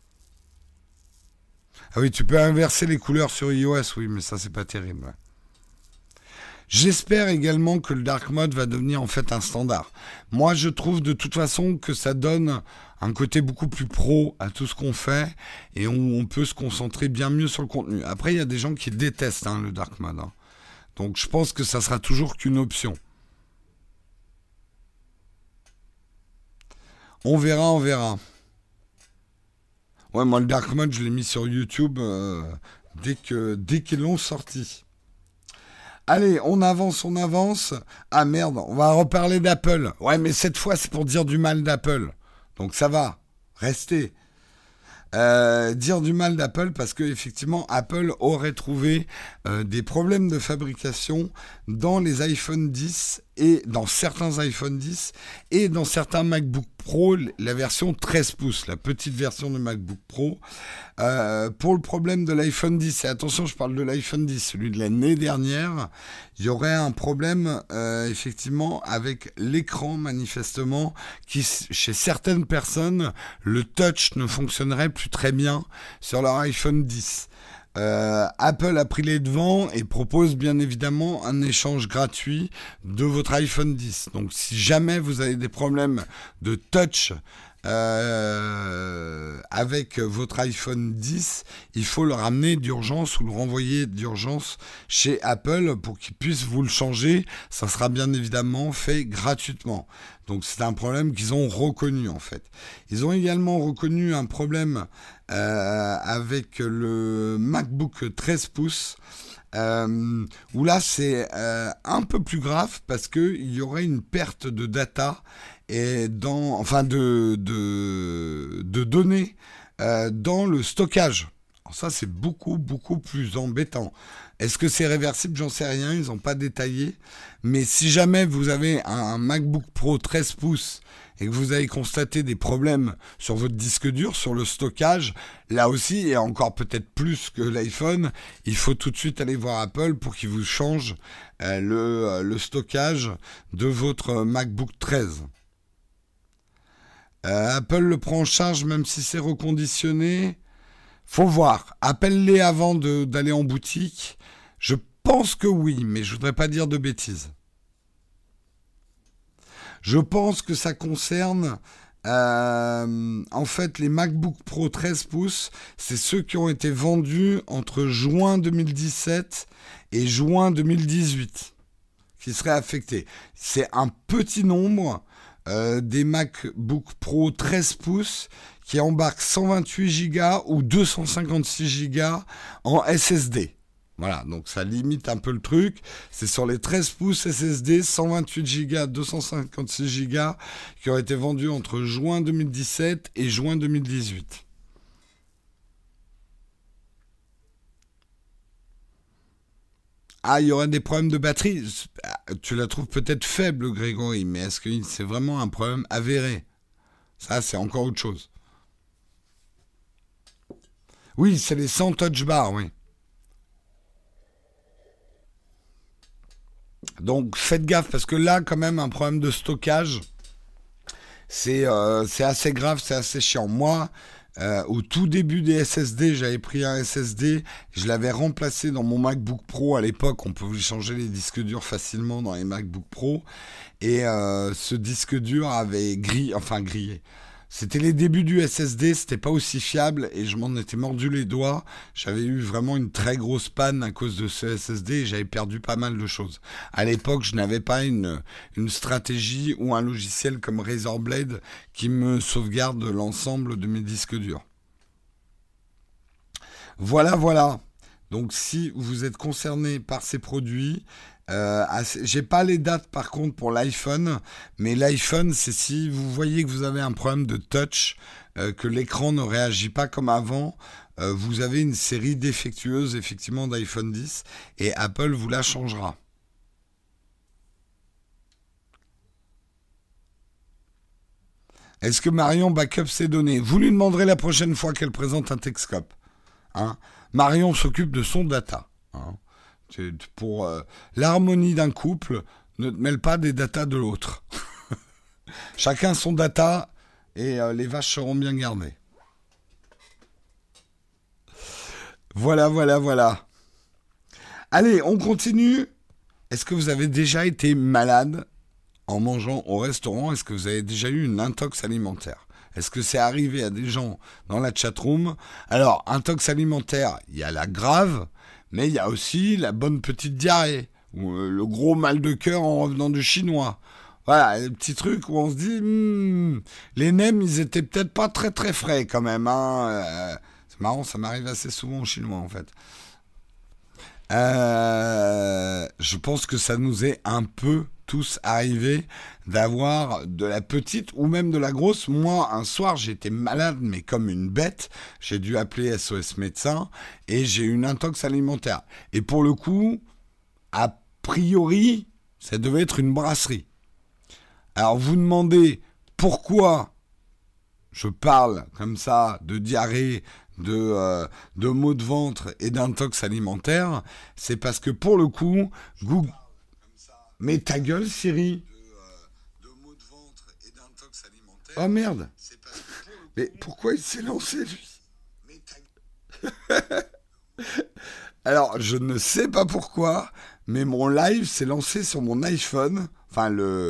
A: Ah oui, tu peux inverser les couleurs sur iOS, oui, mais ça, c'est pas terrible. Ouais. J'espère également que le dark mode va devenir en fait un standard. Moi, je trouve de toute façon que ça donne un côté beaucoup plus pro à tout ce qu'on fait et on peut se concentrer bien mieux sur le contenu. Après, il y a des gens qui détestent le dark mode. Donc, je pense que ça sera toujours qu'une option. On verra, on verra. Ouais, moi, le dark mode, je l'ai mis sur YouTube dès qu'ils l'ont sorti. Allez, on avance, on avance. Ah merde, on va reparler d'Apple. Ouais, mais cette fois, c'est pour dire du mal d'Apple. Donc ça va, restez. Dire du mal d'Apple parce que effectivement Apple aurait trouvé des problèmes de fabrication dans les iPhone 10 et dans certains iPhone 10 et dans certains MacBook Pro, la version 13 pouces, la petite version de MacBook Pro. Pour le problème de l'iPhone 10, et attention, je parle de l'iPhone 10, celui de l'année dernière, il y aurait un problème effectivement avec l'écran manifestement qui, chez certaines personnes, le touch ne fonctionnerait plus très bien sur leur iPhone 10. Apple a pris les devants et propose bien évidemment un échange gratuit de votre iPhone 10. Donc si jamais vous avez des problèmes de touch avec votre iPhone 10, il faut le ramener d'urgence ou le renvoyer d'urgence chez Apple pour qu'ils puissent vous le changer. Ça sera bien évidemment fait gratuitement. Donc c'est un problème qu'ils ont reconnu en fait. Ils ont également reconnu un problème avec le MacBook 13 pouces. Où là c'est un peu plus grave parce qu'il y aurait une perte de data et de données dans le stockage. Alors ça c'est beaucoup plus embêtant. Est-ce que c'est réversible? J'en sais rien, ils n'ont pas détaillé. Mais si jamais vous avez un MacBook Pro 13 pouces et que vous avez constaté des problèmes sur votre disque dur, sur le stockage, là aussi, et encore peut-être plus que l'iPhone, il faut tout de suite aller voir Apple pour qu'il vous change le stockage de votre MacBook 13. Apple le prend en charge même si c'est reconditionné. Faut voir. Appelle-les avant d'aller en boutique. Je pense que oui, mais je voudrais pas dire de bêtises. Je pense que ça concerne en fait les MacBook Pro 13 pouces. C'est ceux qui ont été vendus entre juin 2017 et juin 2018 qui seraient affectés. C'est un petit nombre des MacBook Pro 13 pouces qui embarquent 128 Go ou 256 Go en SSD. Voilà, donc ça limite un peu le truc. C'est sur les 13 pouces SSD, 128 Go, 256 Go qui ont été vendus entre juin 2017 et juin 2018. Ah, il y aurait des problèmes de batterie. Tu la trouves peut-être faible, Grégory, mais est-ce que c'est vraiment un problème avéré? Ça, c'est encore autre chose. Oui, c'est les 100 touch bar, oui. Donc faites gaffe parce que là, quand même, un problème de stockage, c'est assez grave, c'est assez chiant. Moi, au tout début des SSD, j'avais pris un SSD, je l'avais remplacé dans mon MacBook Pro à l'époque. On pouvait changer les disques durs facilement dans les MacBook Pro. Et ce disque dur avait grillé. C'était les débuts du SSD, c'était pas aussi fiable et je m'en étais mordu les doigts. J'avais eu vraiment une très grosse panne à cause de ce SSD et j'avais perdu pas mal de choses. À l'époque, je n'avais pas une stratégie ou un logiciel comme Razorblade qui me sauvegarde l'ensemble de mes disques durs. Voilà. Donc si vous êtes concerné par ces produits, j'ai pas les dates par contre pour l'iPhone, mais l'iPhone c'est si vous voyez que vous avez un problème de touch, que l'écran ne réagit pas comme avant, vous avez une série défectueuse effectivement d'iPhone 10 et Apple vous la changera. Est-ce que Marion backup ses données? Vous lui demanderez la prochaine fois qu'elle présente un Texcope. Hein? Marion s'occupe de son data. Hein? Pour l'harmonie d'un couple, ne te mêle pas des datas de l'autre. Chacun son data et les vaches seront bien gardées. Voilà. Allez, on continue. Est-ce que vous avez déjà été malade en mangeant au restaurant? Est-ce que vous avez déjà eu une intox alimentaire? Est-ce que c'est arrivé à des gens dans la chatroom? Alors, intox alimentaire, il y a la grave, mais il y a aussi la bonne petite diarrhée, ou le gros mal de cœur en revenant du chinois. Voilà, les petits trucs où on se dit, les nems, ils étaient peut-être pas très très frais quand même. Hein. C'est marrant, ça m'arrive assez souvent au chinois en fait. Je pense que ça nous est un peu tous arrivé d'avoir de la petite ou même de la grosse. Moi, un soir, j'étais malade, mais comme une bête. J'ai dû appeler SOS médecin et j'ai eu une intox alimentaire. Et pour le coup, a priori, ça devait être une brasserie. Alors, vous demandez pourquoi je parle comme ça de diarrhée, de maux de ventre et d'intox alimentaire. C'est parce que pour le coup, Google... Mais ta gueule, Siri. Oh merde. Mais pourquoi il s'est lancé, lui? Alors, je ne sais pas pourquoi, mais mon live s'est lancé sur mon iPhone. Enfin,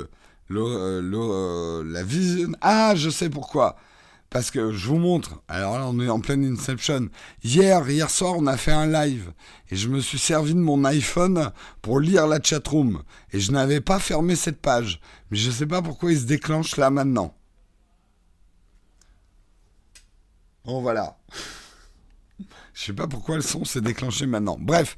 A: la vision... Ah, je sais pourquoi. Parce que je vous montre, alors là on est en pleine Inception. Hier soir on a fait un live et je me suis servi de mon iPhone pour lire la chatroom et je n'avais pas fermé cette page. Mais je ne sais pas pourquoi il se déclenche là maintenant. Bon voilà. Je sais pas pourquoi le son s'est déclenché maintenant. Bref.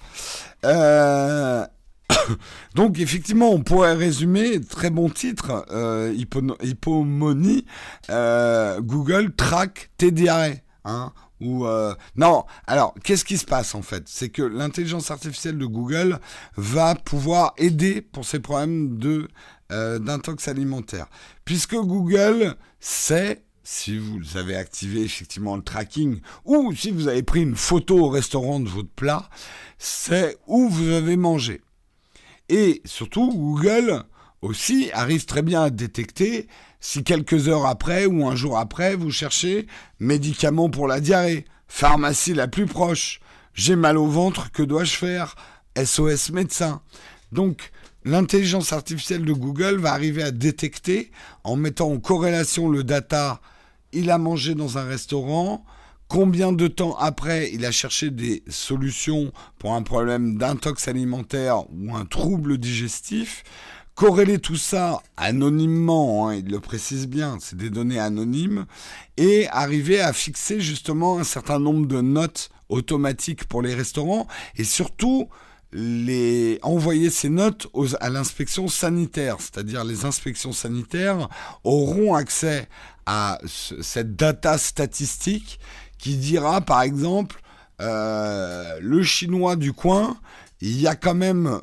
A: Donc effectivement, on pourrait résumer, très bon titre, Hypomonie, Google traque tes diarrhées. Hein, non, alors qu'est-ce qui se passe en fait? C'est que l'intelligence artificielle de Google va pouvoir aider pour ces problèmes d'intox alimentaire. Puisque Google sait, si vous avez activé effectivement le tracking, ou si vous avez pris une photo au restaurant de votre plat, c'est où vous avez mangé. Et surtout, Google aussi arrive très bien à détecter si quelques heures après ou un jour après, vous cherchez médicaments pour la diarrhée, pharmacie la plus proche, j'ai mal au ventre, que dois-je faire? SOS médecin. Donc, l'intelligence artificielle de Google va arriver à détecter, en mettant en corrélation le data, il a mangé dans un restaurant, combien de temps après il a cherché des solutions pour un problème d'intox alimentaire ou un trouble digestif, corréler tout ça anonymement, il le précise bien, c'est des données anonymes, et arriver à fixer justement un certain nombre de notes automatiques pour les restaurants, et surtout envoyer ces notes à l'inspection sanitaire, c'est-à-dire les inspections sanitaires auront accès à cette data statistique qui dira par exemple le chinois du coin, il y a quand même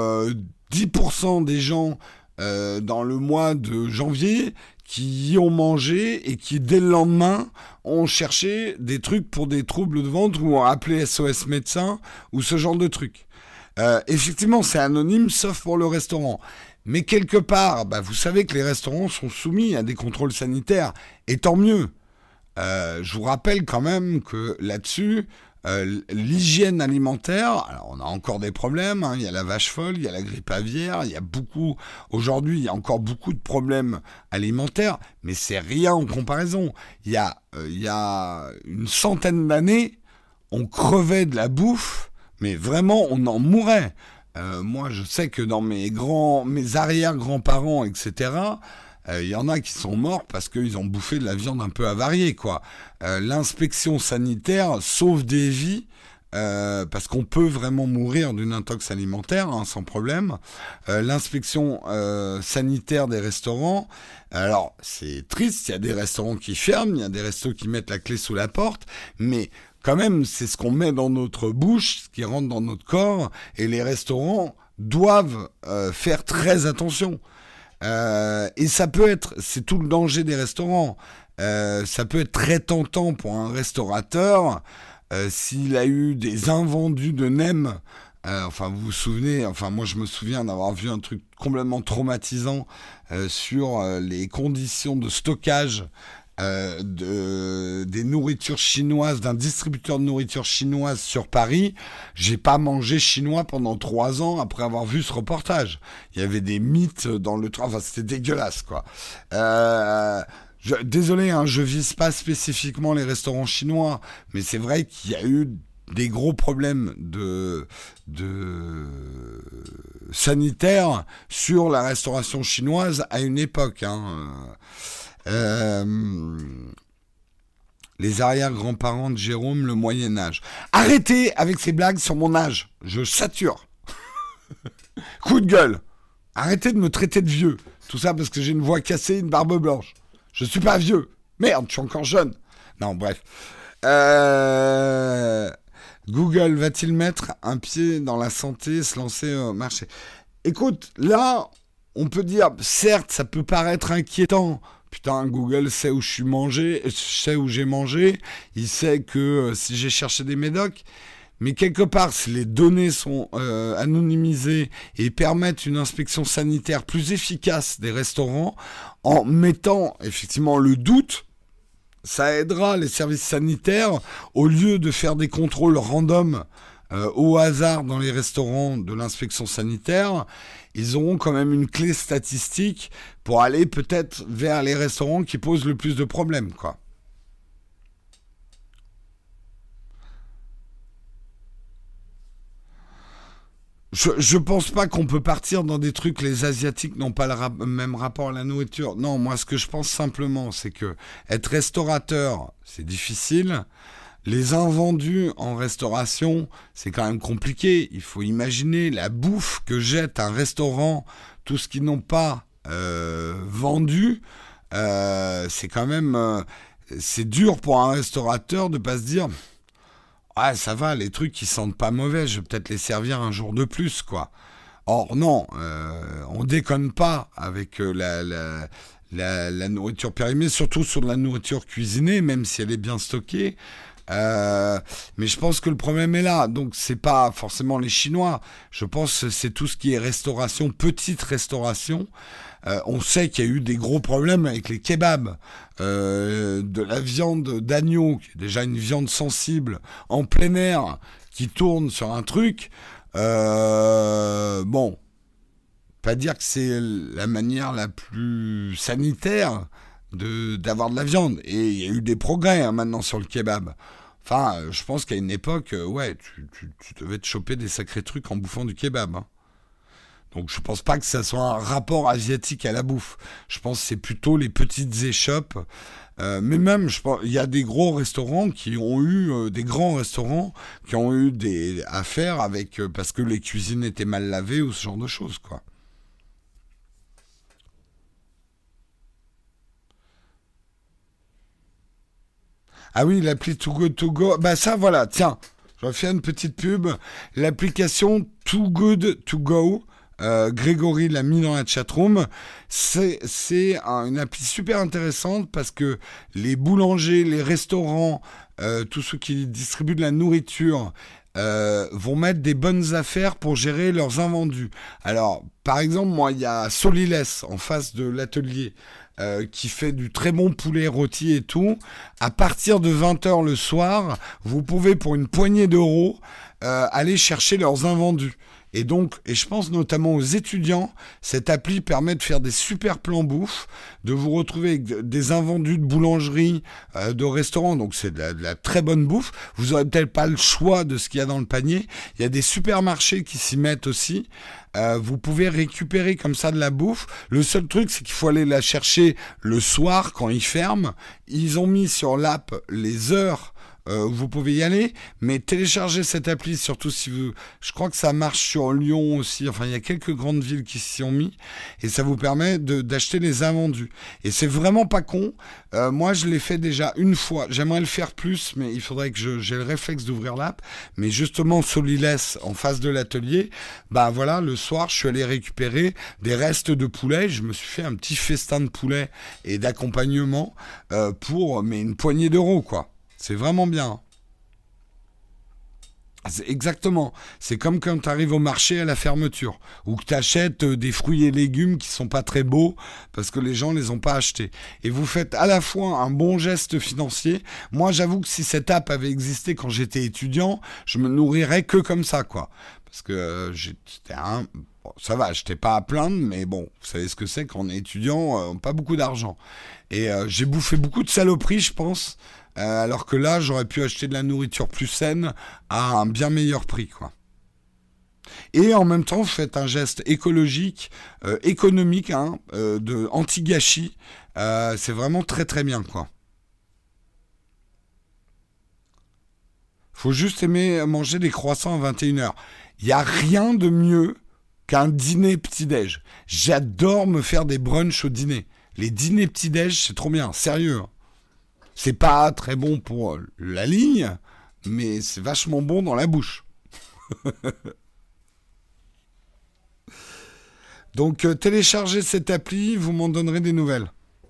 A: 10% des gens dans le mois de janvier qui y ont mangé et qui dès le lendemain ont cherché des trucs pour des troubles de ventre ou ont appelé SOS médecin ou ce genre de trucs. Effectivement, c'est anonyme, sauf pour le restaurant. Mais quelque part, vous savez que les restaurants sont soumis à des contrôles sanitaires, et tant mieux. Je vous rappelle quand même que là-dessus, l'hygiène alimentaire, alors on a encore des problèmes, il y a la vache folle, il y a la grippe aviaire, aujourd'hui, il y a encore beaucoup de problèmes alimentaires, mais c'est rien en comparaison. Il y a une centaine d'années, on crevait de la bouffe, mais vraiment, on en mourait. Moi, je sais que dans mes arrière-grands-parents, etc., il y en a qui sont morts parce qu'ils ont bouffé de la viande un peu avariée, quoi. L'inspection sanitaire sauve des vies, parce qu'on peut vraiment mourir d'une intox alimentaire, sans problème. L'inspection sanitaire des restaurants, alors c'est triste, il y a des restaurants qui ferment, il y a des restos qui mettent la clé sous la porte, mais quand même, c'est ce qu'on met dans notre bouche, ce qui rentre dans notre corps, et les restaurants doivent faire très attention. Et c'est tout le danger des restaurants. Ça peut être très tentant pour un restaurateur s'il a eu des invendus de NEM. Vous vous souvenez, moi je me souviens d'avoir vu un truc complètement traumatisant sur les conditions de stockage des nourritures chinoises, d'un distributeur de nourriture chinoise sur Paris. J'ai pas mangé chinois pendant 3 ans après avoir vu ce reportage. Il y avait des mythes dans le train, c'était dégueulasse, quoi. Désolé, je vise pas spécifiquement les restaurants chinois, mais c'est vrai qu'il y a eu des gros problèmes de sanitaires sur la restauration chinoise à une époque, les arrière-grands-parents de Jérôme, le Moyen-Âge. Arrêtez avec ces blagues sur mon âge. Je sature. Coup de gueule. Arrêtez de me traiter de vieux. Tout ça parce que j'ai une voix cassée et une barbe blanche. Je suis pas vieux. Merde, je suis encore jeune. Non, bref. Google va-t-il mettre un pied dans la santé, se lancer au marché ? Écoute, là, on peut dire, certes, ça peut paraître inquiétant. Putain, Google sait où j'ai mangé, il sait que si j'ai cherché des médocs, mais quelque part, si les données sont anonymisées et permettent une inspection sanitaire plus efficace des restaurants, en mettant effectivement le doute, ça aidera les services sanitaires, au lieu de faire des contrôles random au hasard dans les restaurants de l'inspection sanitaire, ils auront quand même une clé statistique pour aller peut-être vers les restaurants qui posent le plus de problèmes, quoi. Je pense pas qu'on peut partir dans des trucs, les Asiatiques n'ont pas le même rapport à la nourriture. Non, moi ce que je pense simplement, c'est que être restaurateur, c'est difficile. Les invendus en restauration, c'est quand même compliqué. Il faut imaginer la bouffe que jette un restaurant, tout ce qu'ils n'ont pas vendu. C'est quand même... c'est dur pour un restaurateur de pas se dire... Ah, ça va, les trucs qui sentent pas mauvais, je vais peut-être les servir un jour de plus, quoi. Or, non, on déconne pas avec la nourriture périmée, surtout sur de la nourriture cuisinée, même si elle est bien stockée. Mais je pense que le problème est là. Donc, c'est pas forcément les Chinois. Je pense que c'est tout ce qui est restauration, petite restauration. On sait qu'il y a eu des gros problèmes avec les kebabs, de la viande d'agneau, qui est déjà une viande sensible, en plein air, qui tourne sur un truc. Bon, pas dire que c'est la manière la plus sanitaire d'avoir de la viande. Et il y a eu des progrès hein, maintenant sur le kebab. Enfin, je pense qu'à une époque, ouais, tu devais te choper des sacrés trucs en bouffant du kebab. Hein. Donc je pense pas que ça soit un rapport asiatique à la bouffe. Je pense que c'est plutôt les petites échoppes. Mais même, je pense, il y a des gros restaurants qui ont eu, des grands restaurants qui ont eu des affaires avec, parce que les cuisines étaient mal lavées ou ce genre de choses, quoi. Ah oui, l'appli Too Good To Go. Bah ça, voilà, tiens, je vais faire une petite pub. L'application Too Good To Go, Grégory l'a mis dans la chatroom, une appli super intéressante parce que les boulangers, les restaurants, tous ceux qui distribuent de la nourriture, vont mettre des bonnes affaires pour gérer leurs invendus. Alors, par exemple, moi, il y a Solilès en face de l'atelier qui fait du très bon poulet rôti et tout. À partir de 20 h le soir, vous pouvez pour une poignée d'euros aller chercher leurs invendus. Et donc, et je pense notamment aux étudiants, cette appli permet de faire des super plans bouffe, de vous retrouver avec des invendus de boulangerie, de restaurants, donc c'est de la très bonne bouffe. Vous aurez peut-être pas le choix de ce qu'il y a dans le panier. Il y a des supermarchés qui s'y mettent aussi. Vous pouvez récupérer comme ça de la bouffe. Le seul truc, c'est qu'il faut aller la chercher le soir quand ils ferment. Ils ont mis sur l'app les heures vous pouvez y aller, mais téléchargez cette appli, surtout si vous... Je crois que ça marche sur Lyon aussi, enfin il y a quelques grandes villes qui s'y ont mis, et ça vous permet d'acheter les invendus. Et c'est vraiment pas con, moi je l'ai fait déjà une fois, j'aimerais le faire plus, mais il faudrait que j'ai le réflexe d'ouvrir l'app, mais justement Solilès, en face de l'atelier, bah voilà, le soir je suis allé récupérer des restes de poulet, je me suis fait un petit festin de poulet et d'accompagnement pour mais une poignée d'euros quoi. C'est vraiment bien. Exactement. C'est comme quand tu arrives au marché à la fermeture, ou que tu achètes des fruits et légumes qui sont pas très beaux parce que les gens les ont pas achetés. Et vous faites à la fois un bon geste financier. Moi, j'avoue que si cette app avait existé quand j'étais étudiant, je me nourrirais que comme ça, quoi. Parce que j'étais un... Bon, ça va, j'étais pas à plaindre, mais bon, vous savez ce que c'est quand on est étudiant, pas beaucoup d'argent. Et j'ai bouffé beaucoup de saloperies, je pense. Alors que là, j'aurais pu acheter de la nourriture plus saine à un bien meilleur prix, quoi. Et en même temps, vous faites un geste écologique, économique, hein, de anti-gâchis. C'est vraiment très très bien, quoi. Faut juste aimer manger des croissants à 21 h. Il n'y a rien de mieux qu'un dîner petit-déj. J'adore me faire des brunchs au dîner. Les dîners petit-déj, c'est trop bien, sérieux. Hein. C'est pas très bon pour la ligne, mais c'est vachement bon dans la bouche. Donc téléchargez cette appli, vous m'en donnerez des nouvelles.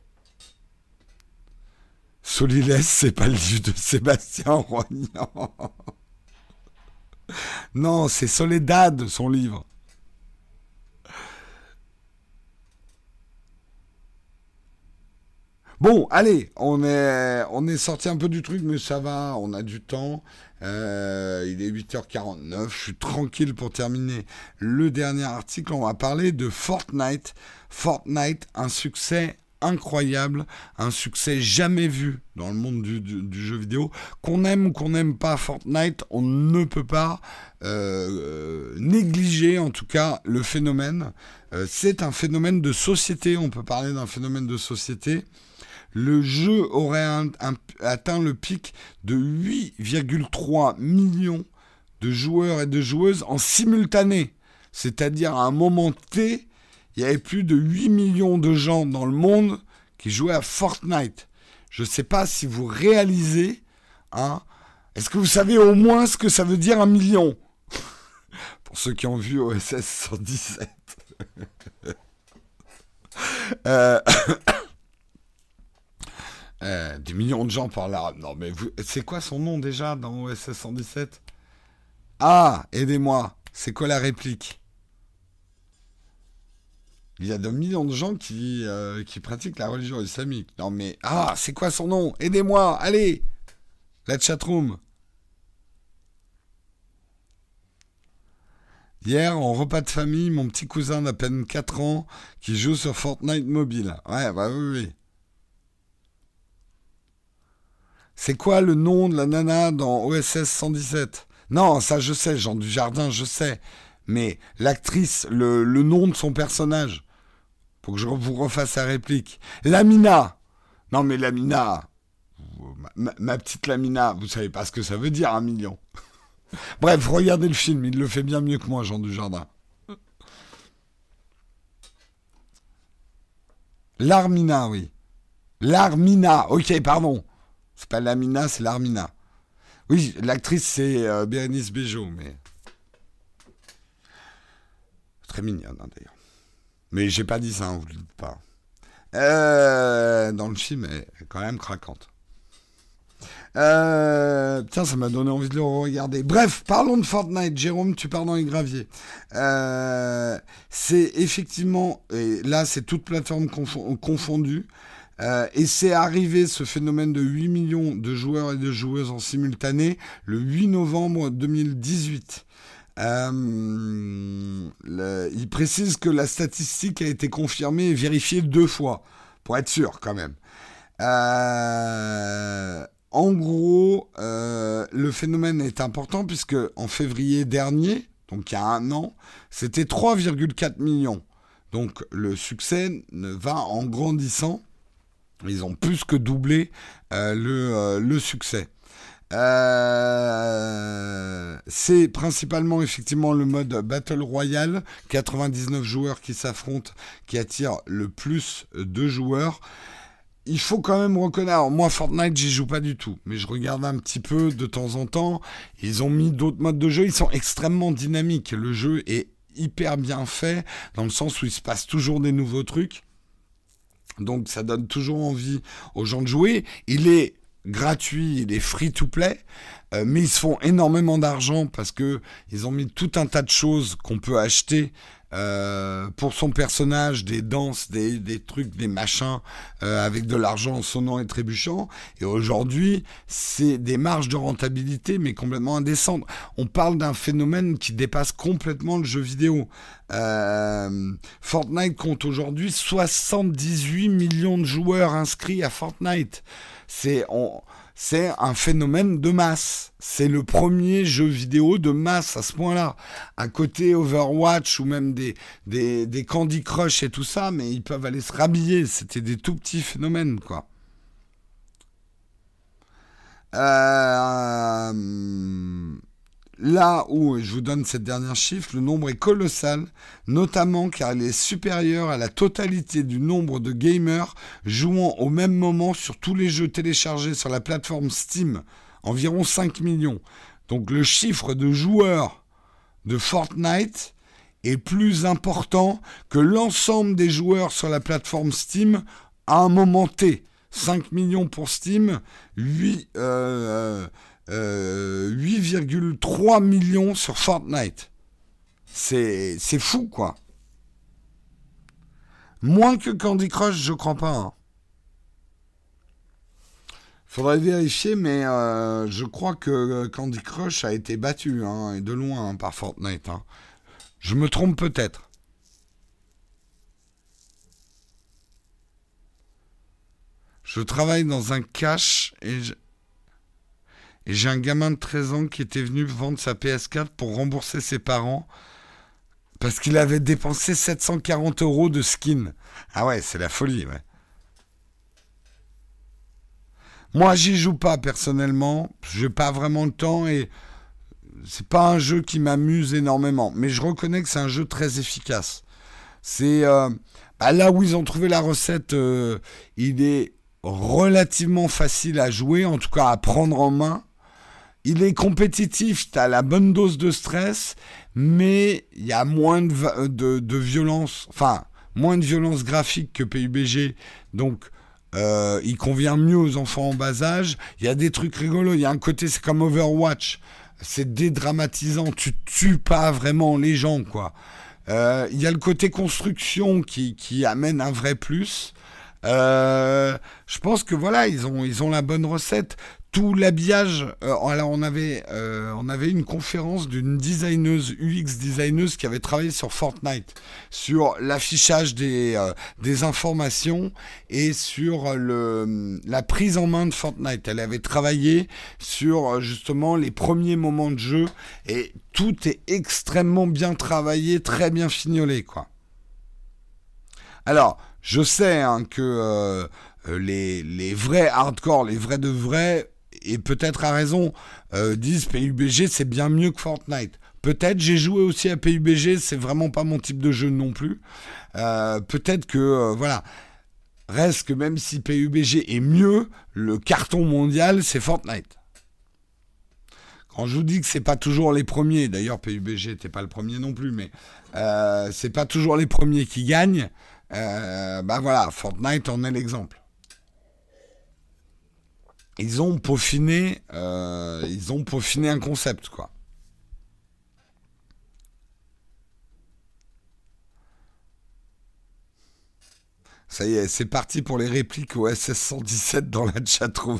A: Solilès, c'est pas le livre de Sébastien Roignan. Non, c'est Soledad, son livre. Bon, allez, on est sorti un peu du truc, mais ça va, on a du temps. Il est 8h49, je suis tranquille pour terminer le dernier article. On va parler de Fortnite. Fortnite, un succès incroyable, un succès jamais vu dans le monde du jeu vidéo. Qu'on aime ou qu'on n'aime pas Fortnite, on ne peut pas négliger en tout cas le phénomène. C'est un phénomène de société, on peut parler d'un phénomène de société. Le jeu aurait atteint le pic de 8,3 millions de joueurs et de joueuses en simultané. C'est-à-dire à un moment T, il y avait plus de 8 millions de gens dans le monde qui jouaient à Fortnite. Je ne sais pas si vous réalisez, hein. Est-ce que vous savez au moins ce que ça veut dire 1 million? Pour ceux qui ont vu OSS 117. Des millions de gens par là. Non, mais c'est quoi son nom déjà dans OSS 117? Ah, aidez-moi. C'est quoi la réplique? Il y a 2 millions de gens qui pratiquent la religion islamique. Non, mais... Ah, c'est quoi son nom? Aidez-moi, allez. La chatroom. Hier, en repas de famille, mon petit cousin d'à peine 4 ans qui joue sur Fortnite mobile. Ouais, bah oui, oui. C'est quoi le nom de la nana dans OSS 117? Non, ça je sais, Jean Dujardin, je sais. Mais l'actrice, le nom de son personnage, pour que je vous refasse la réplique. Lamina. Non mais Lamina, ma petite Lamina, vous savez pas ce que ça veut dire, 1 million. Bref, regardez le film, il le fait bien mieux que moi, Jean Dujardin. L'Armina, oui. L'Armina, ok, pardon. C'est pas Lamina, c'est l'Armina. Oui, l'actrice c'est Bérénice Bejo, mais très mignonne hein, d'ailleurs. Mais j'ai pas dit ça, hein, vous le dites pas. Dans le film, elle est quand même craquante. Putain, ça m'a donné envie de le regarder. Bref, parlons de Fortnite. Jérôme, tu pars dans les graviers. C'est effectivement, et là c'est toute plateforme confondue, et c'est arrivé ce phénomène de 8 millions de joueurs et de joueuses en simultané le 8 novembre 2018. Il précise que la statistique a été confirmée et vérifiée 2 fois, pour être sûr quand même. En gros, le phénomène est important puisque en février dernier, donc il y a 1 an, c'était 3,4 millions. Donc le succès va en grandissant. Ils ont plus que doublé le succès. C'est principalement effectivement le mode Battle Royale, 99 joueurs qui s'affrontent, qui attire le plus de joueurs. Il faut quand même reconnaître, alors moi Fortnite j'y joue pas du tout, mais je regarde un petit peu de temps en temps, ils ont mis d'autres modes de jeu, ils sont extrêmement dynamiques, le jeu est hyper bien fait, dans le sens où il se passe toujours des nouveaux trucs, donc ça donne toujours envie aux gens de jouer, il est gratuit, il est free to play, mais ils se font énormément d'argent parce que ils ont mis tout un tas de choses qu'on peut acheter pour son personnage, des danses, des trucs, des machins, avec de l'argent sonnant et trébuchant. Et aujourd'hui, c'est des marges de rentabilité, mais complètement indécentes. On parle d'un phénomène qui dépasse complètement le jeu vidéo. Fortnite compte aujourd'hui 78 millions de joueurs inscrits à Fortnite. C'est un phénomène de masse. C'est le premier jeu vidéo de masse à ce point-là. À côté Overwatch ou même des Candy Crush et tout ça, mais ils peuvent aller se rhabiller. C'était des tout petits phénomènes, quoi. Là où, je vous donne cette dernière chiffre, le nombre est colossal, notamment car il est supérieur à la totalité du nombre de gamers jouant au même moment sur tous les jeux téléchargés sur la plateforme Steam, environ 5 millions. Donc le chiffre de joueurs de Fortnite est plus important que l'ensemble des joueurs sur la plateforme Steam à un moment T. 5 millions pour Steam, 8,3 millions sur Fortnite. C'est fou, quoi. Moins que Candy Crush, je crois pas. Hein. Faudrait vérifier, mais je crois que Candy Crush a été battu, hein, et de loin, hein, par Fortnite. Hein. Je me trompe peut-être. Je travaille dans un cash et j'ai un gamin de 13 ans qui était venu vendre sa PS4 pour rembourser ses parents parce qu'il avait dépensé 740 € de skin. Ah ouais, c'est la folie, ouais. Moi, j'y joue pas personnellement. J'ai pas vraiment le temps et c'est pas un jeu qui m'amuse énormément. Mais je reconnais que c'est un jeu très efficace. C'est là où ils ont trouvé la recette, il est relativement facile à jouer, en tout cas à prendre en main. Il est compétitif, tu as la bonne dose de stress, mais il y a moins de violence, enfin, moins de violence graphique que PUBG, donc il convient mieux aux enfants en bas âge. Il y a des trucs rigolos, il y a un côté, c'est comme Overwatch, c'est dédramatisant, tu tues pas vraiment les gens, quoi. Il y a le côté construction qui amène un vrai plus. Je pense que voilà, ils ont la bonne recette. tout l'habillage. Alors on avait une conférence d'une designeuse, UX designeuse qui avait travaillé sur Fortnite, sur l'affichage des informations et sur la prise en main de Fortnite. Elle avait travaillé sur justement les premiers moments de jeu et tout est extrêmement bien travaillé, très bien fignolé, quoi. Alors, je sais hein, que les vrais hardcore, les vrais de vrais, et peut-être à raison, disent PUBG c'est bien mieux que Fortnite. Peut-être, j'ai joué aussi à PUBG, c'est vraiment pas mon type de jeu non plus. Peut-être que, voilà, reste que même si PUBG est mieux, le carton mondial c'est Fortnite. Quand je vous dis que c'est pas toujours les premiers, d'ailleurs PUBG n'était pas le premier non plus, mais c'est pas toujours les premiers qui gagnent, bah voilà, Fortnite en est l'exemple. Ils ont peaufiné un concept, quoi. Ça y est, c'est parti pour les répliques au SS117 dans la chatroom.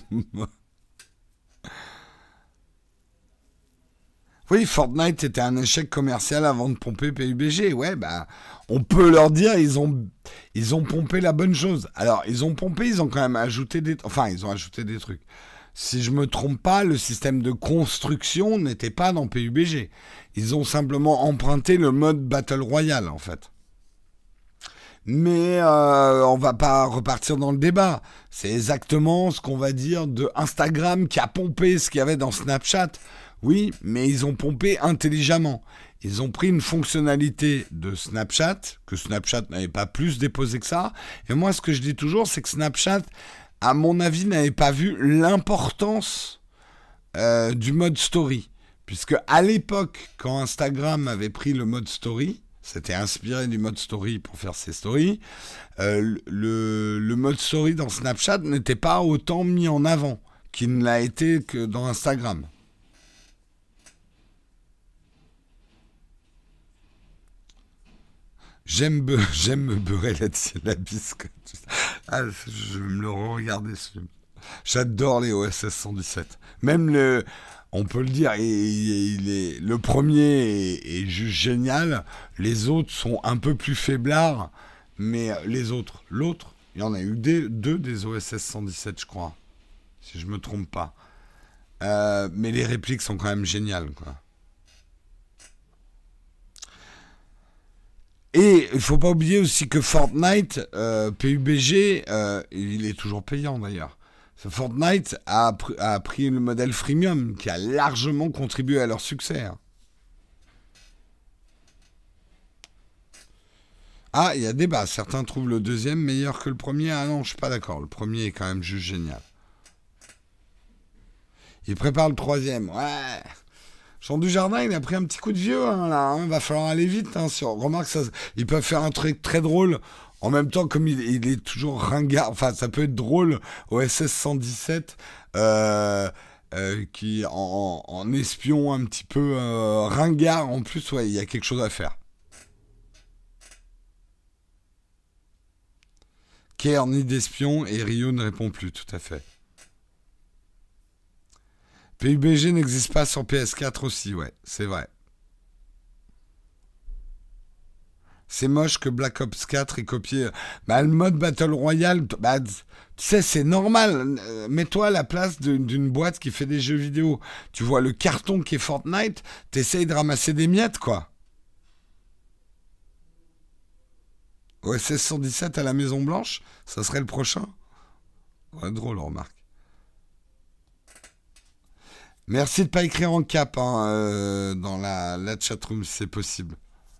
A: Oui, Fortnite était un échec commercial avant de pomper PUBG. Ouais, bah, on peut leur dire, ils ont pompé la bonne chose. Alors, ils ont pompé, ils ont quand même ajouté ils ont ajouté des trucs. Si je me trompe pas, le système de construction n'était pas dans PUBG. Ils ont simplement emprunté le mode Battle Royale, en fait. Mais on va pas repartir dans le débat. C'est exactement ce qu'on va dire de Instagram qui a pompé ce qu'il y avait dans Snapchat. Oui, mais ils ont pompé intelligemment. Ils ont pris une fonctionnalité de Snapchat, que Snapchat n'avait pas plus déposé que ça. Et moi, ce que je dis toujours, c'est que Snapchat, à mon avis, n'avait pas vu l'importance du mode story. Puisque à l'époque, quand Instagram avait pris le mode story, c'était inspiré du mode story pour faire ses stories, le mode story dans Snapchat n'était pas autant mis en avant qu'il ne l'a été que dans Instagram. J'aime me beurrer la bisque. Ah, je vais me le re-regarder. J'adore les OSS 117. Même on peut le dire, le premier est juste génial. Les autres sont un peu plus faiblards, mais l'autre, il y en a eu deux des OSS 117, je crois, si je me trompe pas. Mais les répliques sont quand même géniales, quoi. Et il faut pas oublier aussi que Fortnite, PUBG, il est toujours payant d'ailleurs. Fortnite a pris le modèle freemium qui a largement contribué à leur succès. Hein. Ah, il y a débat. Certains trouvent le deuxième meilleur que le premier. Ah non, je suis pas d'accord. Le premier est quand même juste génial. Il prépare le troisième. Ouais. Jean Dujardin, il a pris un petit coup de vieux, hein, là. Hein. Va falloir aller vite. Hein, remarque, ils peuvent faire un truc très drôle. En même temps, comme il est toujours ringard, enfin, ça peut être drôle au SS 117, qui en espion un petit peu ringard. En plus, ouais, il y a quelque chose à faire. Kerr ni d'espion et Rio ne répond plus, tout à fait. PUBG n'existe pas sur PS4 aussi, ouais, c'est vrai. C'est moche que Black Ops 4 ait copié. Bah, le mode Battle Royale, bah, tu sais, c'est normal. Mets-toi à la place d'une boîte qui fait des jeux vidéo. Tu vois le carton qui est Fortnite, t'essayes de ramasser des miettes, quoi. OSS 117 à la Maison Blanche, ça serait le prochain. Ouais, drôle, remarque. Merci de pas écrire en cap hein, dans la chatroom si c'est possible.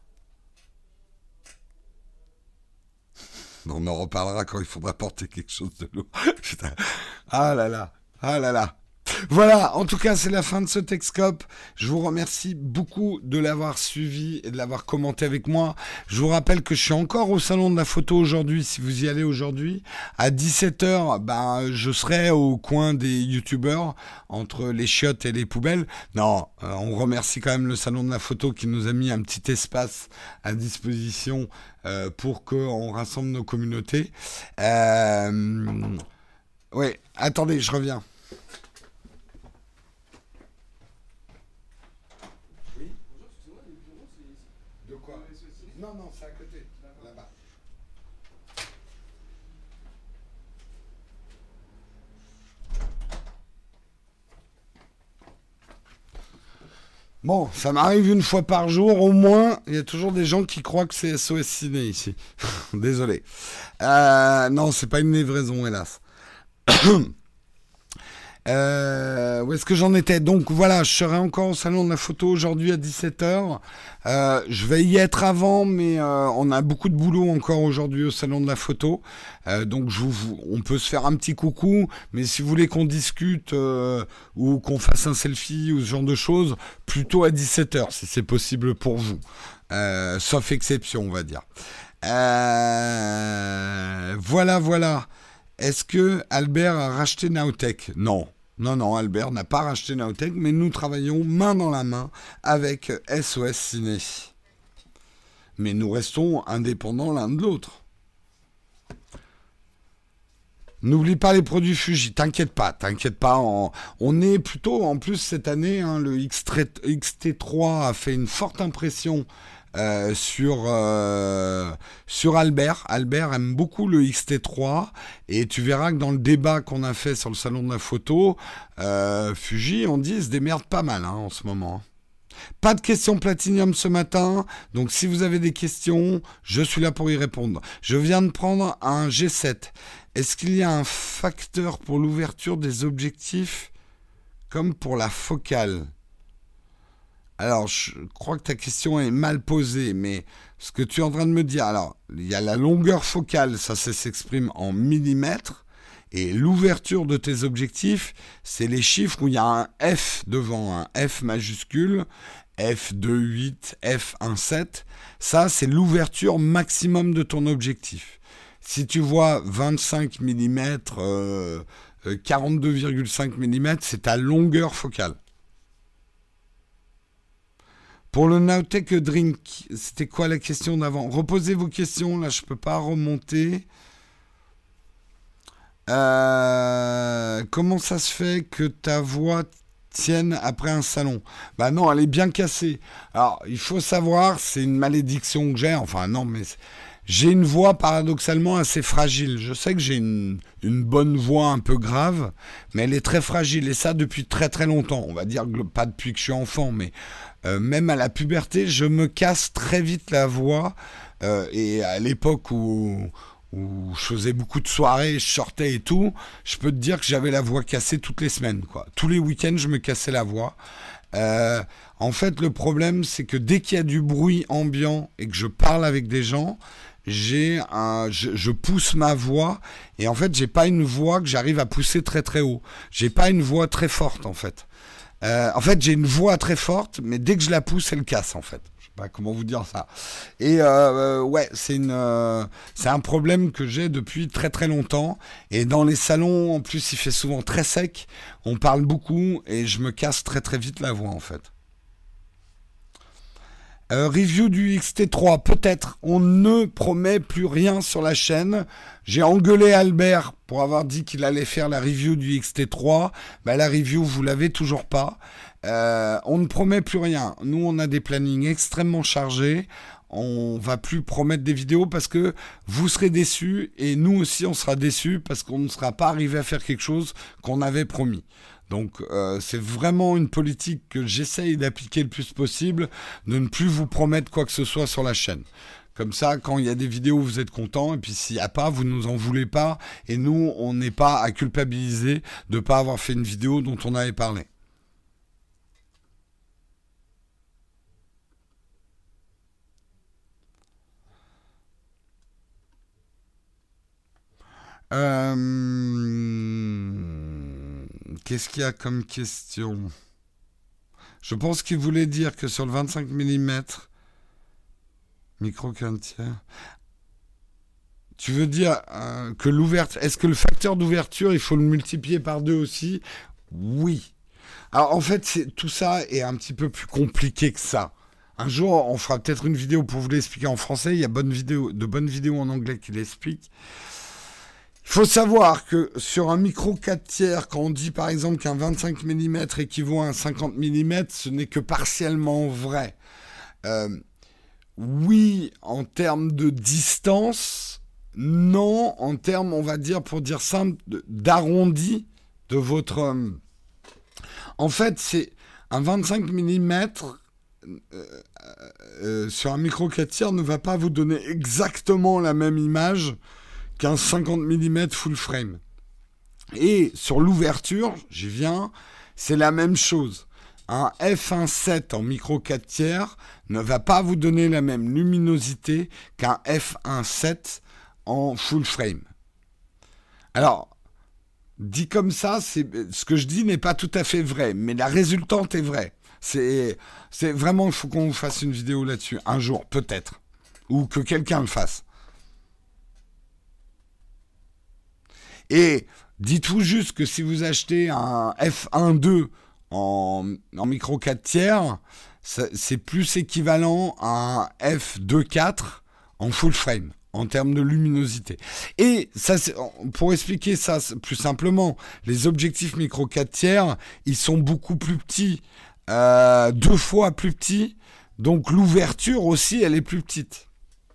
A: On en reparlera quand il faudra porter quelque chose de lourd. Putain. Ah là là. Ah là là. Voilà, en tout cas, c'est la fin de ce Techscope. Je vous remercie beaucoup de l'avoir suivi et de l'avoir commenté avec moi. Je vous rappelle que je suis encore au Salon de la Photo aujourd'hui, si vous y allez aujourd'hui. À 17h, ben, je serai au coin des youtubeurs, entre les chiottes et les poubelles. Non, on remercie quand même le Salon de la Photo qui nous a mis un petit espace à disposition pour qu'on rassemble nos communautés. Oui, attendez, je reviens. Non, non, c'est à côté, là-bas. Bon, ça m'arrive une fois par jour, au moins, il y a toujours des gens qui croient que c'est SOS Ciné ici. Désolé. Non, c'est pas une livraison, hélas. Où est-ce que j'en étais? Donc voilà, je serai encore au salon de la photo aujourd'hui à 17h. Je vais y être avant, mais on a beaucoup de boulot encore aujourd'hui au salon de la photo. Donc on peut se faire un petit coucou, mais si vous voulez qu'on discute ou qu'on fasse un selfie ou ce genre de choses, plutôt à 17h si c'est possible pour vous. Sauf exception, on va dire. Voilà, voilà. Est-ce que Albert a racheté Nowtech? Non. Non, non, Albert n'a pas racheté Nowtech, mais nous travaillons main dans la main avec SOS Ciné. Mais nous restons indépendants l'un de l'autre. N'oublie pas les produits Fuji, t'inquiète pas. On est plutôt, en plus cette année, hein, le XT3 a fait une forte impression sur Albert. Albert aime beaucoup le XT3 et tu verras que dans le débat qu'on a fait sur le salon de la photo, Fuji, on dit, se démerde pas mal en ce moment. Pas de questions Platinium ce matin, donc si vous avez des questions, je suis là pour y répondre. Je viens de prendre un G7. Est-ce qu'il y a un facteur pour l'ouverture des objectifs comme pour la focale? Alors, je crois que ta question est mal posée, mais ce que tu es en train de me dire, alors, il y a la longueur focale, ça s'exprime en millimètres, et l'ouverture de tes objectifs, c'est les chiffres où il y a un F devant, un F majuscule, F2.8, F1.7, ça c'est l'ouverture maximum de ton objectif. Si tu vois 25 mm, 42,5 mm, c'est ta longueur focale. Pour le Nowtech Drink, c'était quoi la question d'avant? Reposez vos questions, là je peux pas remonter. Comment ça se fait que ta voix tienne après un salon? Bah non, elle est bien cassée. Alors, il faut savoir, c'est une malédiction que j'ai, enfin non, mais j'ai une voix paradoxalement assez fragile. Je sais que j'ai une bonne voix un peu grave, mais elle est très fragile, et ça depuis très très longtemps. On va dire pas depuis que je suis enfant, mais même à la puberté, je me casse très vite la voix, et à l'époque où je faisais beaucoup de soirées, je sortais et tout, je peux te dire que j'avais la voix cassée toutes les semaines, quoi. Tous les week-ends, je me cassais la voix. En fait, le problème, c'est que dès qu'il y a du bruit ambiant et que je parle avec des gens, je pousse ma voix, et en fait, j'ai pas une voix que j'arrive à pousser très très haut. J'ai pas une voix très forte, en fait. J'ai une voix très forte, mais dès que je la pousse, elle casse, en fait. Je sais pas comment vous dire ça. Et ouais, c'est un problème que j'ai depuis très très longtemps. Et dans les salons, en plus, il fait souvent très sec. On parle beaucoup et je me casse très très vite la voix, en fait. Review du XT3, peut-être. On ne promet plus rien sur la chaîne. J'ai engueulé Albert pour avoir dit qu'il allait faire la review du XT3. Bah, la review, vous l'avez toujours pas. On ne promet plus rien. Nous, on a des plannings extrêmement chargés. On va plus promettre des vidéos parce que vous serez déçus et nous aussi, on sera déçus parce qu'on ne sera pas arrivé à faire quelque chose qu'on avait promis. Donc c'est vraiment une politique que j'essaye d'appliquer le plus possible, de ne plus vous promettre quoi que ce soit sur la chaîne. Comme ça, quand il y a des vidéos, vous êtes contents, et puis s'il n'y a pas, vous ne nous en voulez pas, et nous, on n'est pas à culpabiliser de ne pas avoir fait une vidéo dont on avait parlé. Qu'est-ce qu'il y a comme question? Je pense qu'il voulait dire que sur le 25 mm, micro quintière, tu veux dire que l'ouverture, est-ce que le facteur d'ouverture, il faut le multiplier par 2 aussi? Oui. Alors en fait, tout ça est un petit peu plus compliqué que ça. Un jour, on fera peut-être une vidéo pour vous l'expliquer en français. Il y a de bonnes vidéos en anglais qui l'expliquent. Il faut savoir que sur un micro 4 tiers, quand on dit par exemple qu'un 25 mm équivaut à un 50 mm, ce n'est que partiellement vrai. Oui, en termes de distance, non, en termes, on va dire, pour dire simple, d'arrondi de votre... en fait, c'est un 25 mm sur un micro 4 tiers ne va pas vous donner exactement la même image qu'un 50 mm full frame. Et sur l'ouverture, j'y viens, c'est la même chose. Un f1.7 en micro 4 tiers ne va pas vous donner la même luminosité qu'un f1.7 en full frame. Alors, dit comme ça, ce que je dis n'est pas tout à fait vrai, mais la résultante est vraie. C'est vraiment, il faut qu'on fasse une vidéo là-dessus, un jour, peut-être. Ou que quelqu'un le fasse. Et dites-vous juste que si vous achetez un f1.2 en micro 4 tiers, c'est plus équivalent à un f2.4 en full frame en termes de luminosité. Et ça, pour expliquer ça plus simplement, les objectifs micro 4 tiers, ils sont beaucoup plus petits, 2 fois plus petits, donc l'ouverture aussi, elle est plus petite.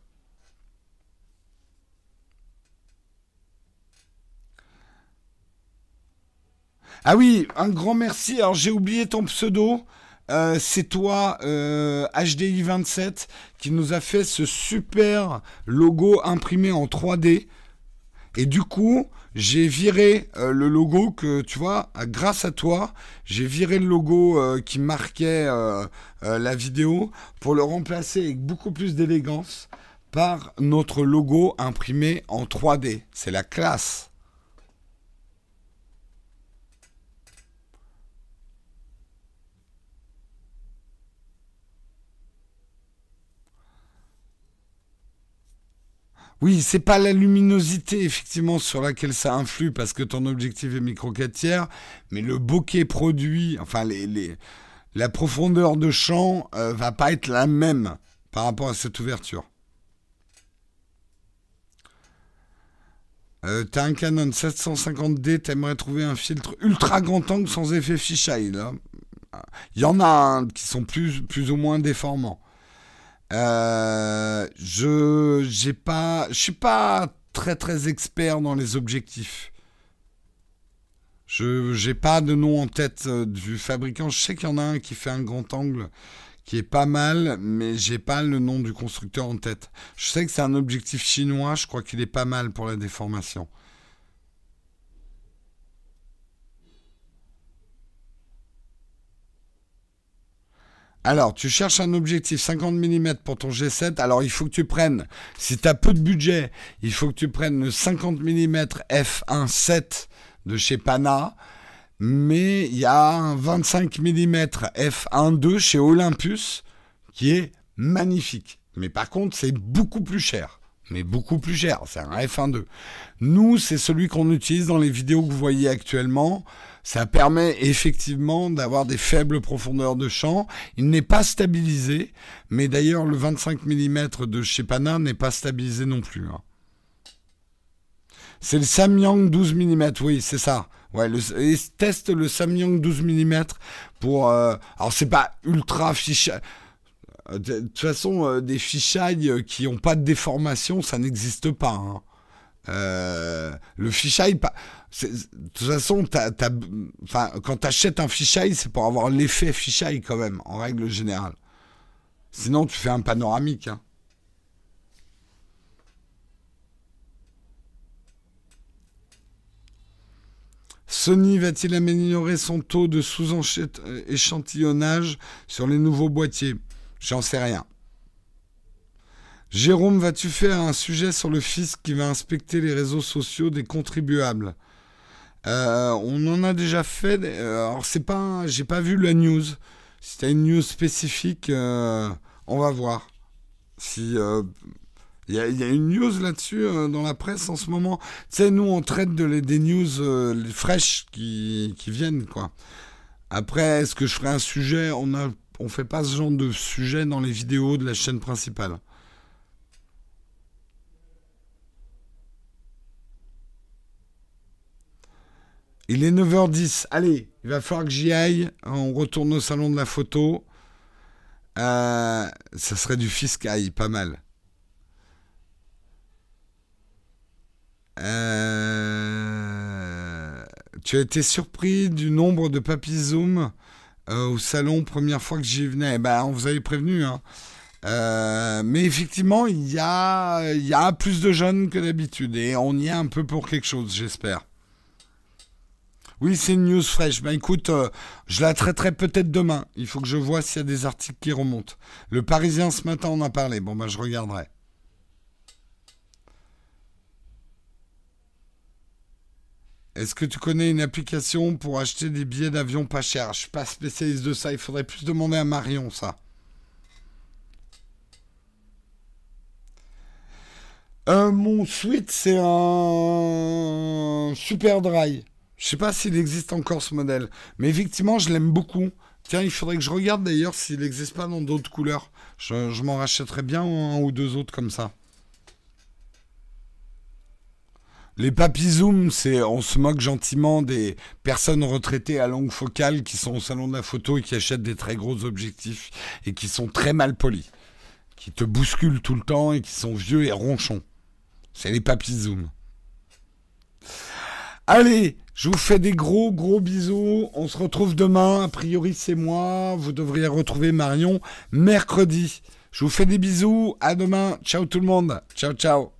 A: Ah oui, un grand merci. Alors j'ai oublié ton pseudo. C'est toi, HDI27, qui nous a fait ce super logo imprimé en 3D. Et du coup, j'ai viré le logo que, tu vois, grâce à toi, j'ai viré le logo qui marquait la vidéo pour le remplacer avec beaucoup plus d'élégance par notre logo imprimé en 3D. C'est la classe. Oui, c'est pas la luminosité effectivement sur laquelle ça influe parce que ton objectif est micro 4 tiers, mais le bokeh produit, enfin la profondeur de champ va pas être la même par rapport à cette ouverture. T'as un Canon 750D, t'aimerais trouver un filtre ultra grand angle sans effet fisheye là. Il y en a qui sont plus ou moins déformants. Je suis pas très très expert dans les objectifs. Je j'ai pas de nom en tête du fabricant. Je sais qu'il y en a un qui fait un grand angle qui est pas mal, mais j'ai pas le nom du constructeur en tête. Je sais que c'est un objectif chinois. Je crois qu'il est pas mal pour la déformation. Alors, tu cherches un objectif 50 mm pour ton G7. Alors, il faut que tu prennes, si tu as peu de budget, il faut que tu prennes le 50 mm f1.7 de chez Pana. Mais il y a un 25 mm f1.2 chez Olympus qui est magnifique. Mais par contre, c'est beaucoup plus cher. Mais beaucoup plus cher, c'est un f1.2. Nous, c'est celui qu'on utilise dans les vidéos que vous voyez actuellement. Ça permet effectivement d'avoir des faibles profondeurs de champ. Il n'est pas stabilisé, mais d'ailleurs le 25 mm de chez Pana n'est pas stabilisé non plus. Hein. C'est le Samyang 12 mm, oui, c'est ça. Ouais, teste le Samyang 12 mm pour... alors c'est pas ultra fichage. De toute façon, des fichailles qui n'ont pas de déformation, ça n'existe pas. Hein. Le fisheye, de toute façon, quand tu achètes un fisheye, c'est pour avoir l'effet fisheye quand même, en règle générale. Sinon, tu fais un panoramique. Hein. Sony va-t-il améliorer son taux de sous-échantillonnage sur les nouveaux boîtiers? J'en sais rien. Jérôme, vas-tu faire un sujet sur le fisc qui va inspecter les réseaux sociaux des contribuables? On en a déjà fait. Alors c'est pas, j'ai pas vu la news. Si t'as une news spécifique, on va voir. Si y a une news là-dessus dans la presse en ce moment. Tu sais, nous on traite des news fraîches qui viennent quoi. Après, est-ce que je ferai un sujet? On fait pas ce genre de sujet dans les vidéos de la chaîne principale. Il est 9h10. Allez, il va falloir que j'y aille. On retourne au salon de la photo. Ça serait du Fiscaille, pas mal. Tu as été surpris du nombre de papy Zoom au salon première fois que j'y venais. Eh ben, on vous avait prévenu, hein. Mais effectivement, il y a plus de jeunes que d'habitude et on y est un peu pour quelque chose, j'espère. Oui, c'est une news fraîche. Ben écoute, je la traiterai peut-être demain. Il faut que je vois s'il y a des articles qui remontent. Le Parisien ce matin en a parlé. Bon, ben je regarderai. Est-ce que tu connais une application pour acheter des billets d'avion pas chers? Je suis pas spécialiste de ça. Il faudrait plus demander à Marion, ça. Mon suite, c'est un Super Dry. Je sais pas s'il existe encore ce modèle, mais effectivement, je l'aime beaucoup. Tiens, il faudrait que je regarde d'ailleurs s'il n'existe pas dans d'autres couleurs. Je m'en rachèterais bien un ou deux autres comme ça. Les papy Zoom, c'est on se moque gentiment des personnes retraitées à longue focale qui sont au salon de la photo et qui achètent des très gros objectifs et qui sont très mal polis, qui te bousculent tout le temps et qui sont vieux et ronchons. C'est les papy Zoom. Allez, je vous fais des gros gros bisous. On se retrouve demain. A priori, c'est moi. Vous devriez retrouver Marion mercredi. Je vous fais des bisous. À demain. Ciao tout le monde. Ciao ciao.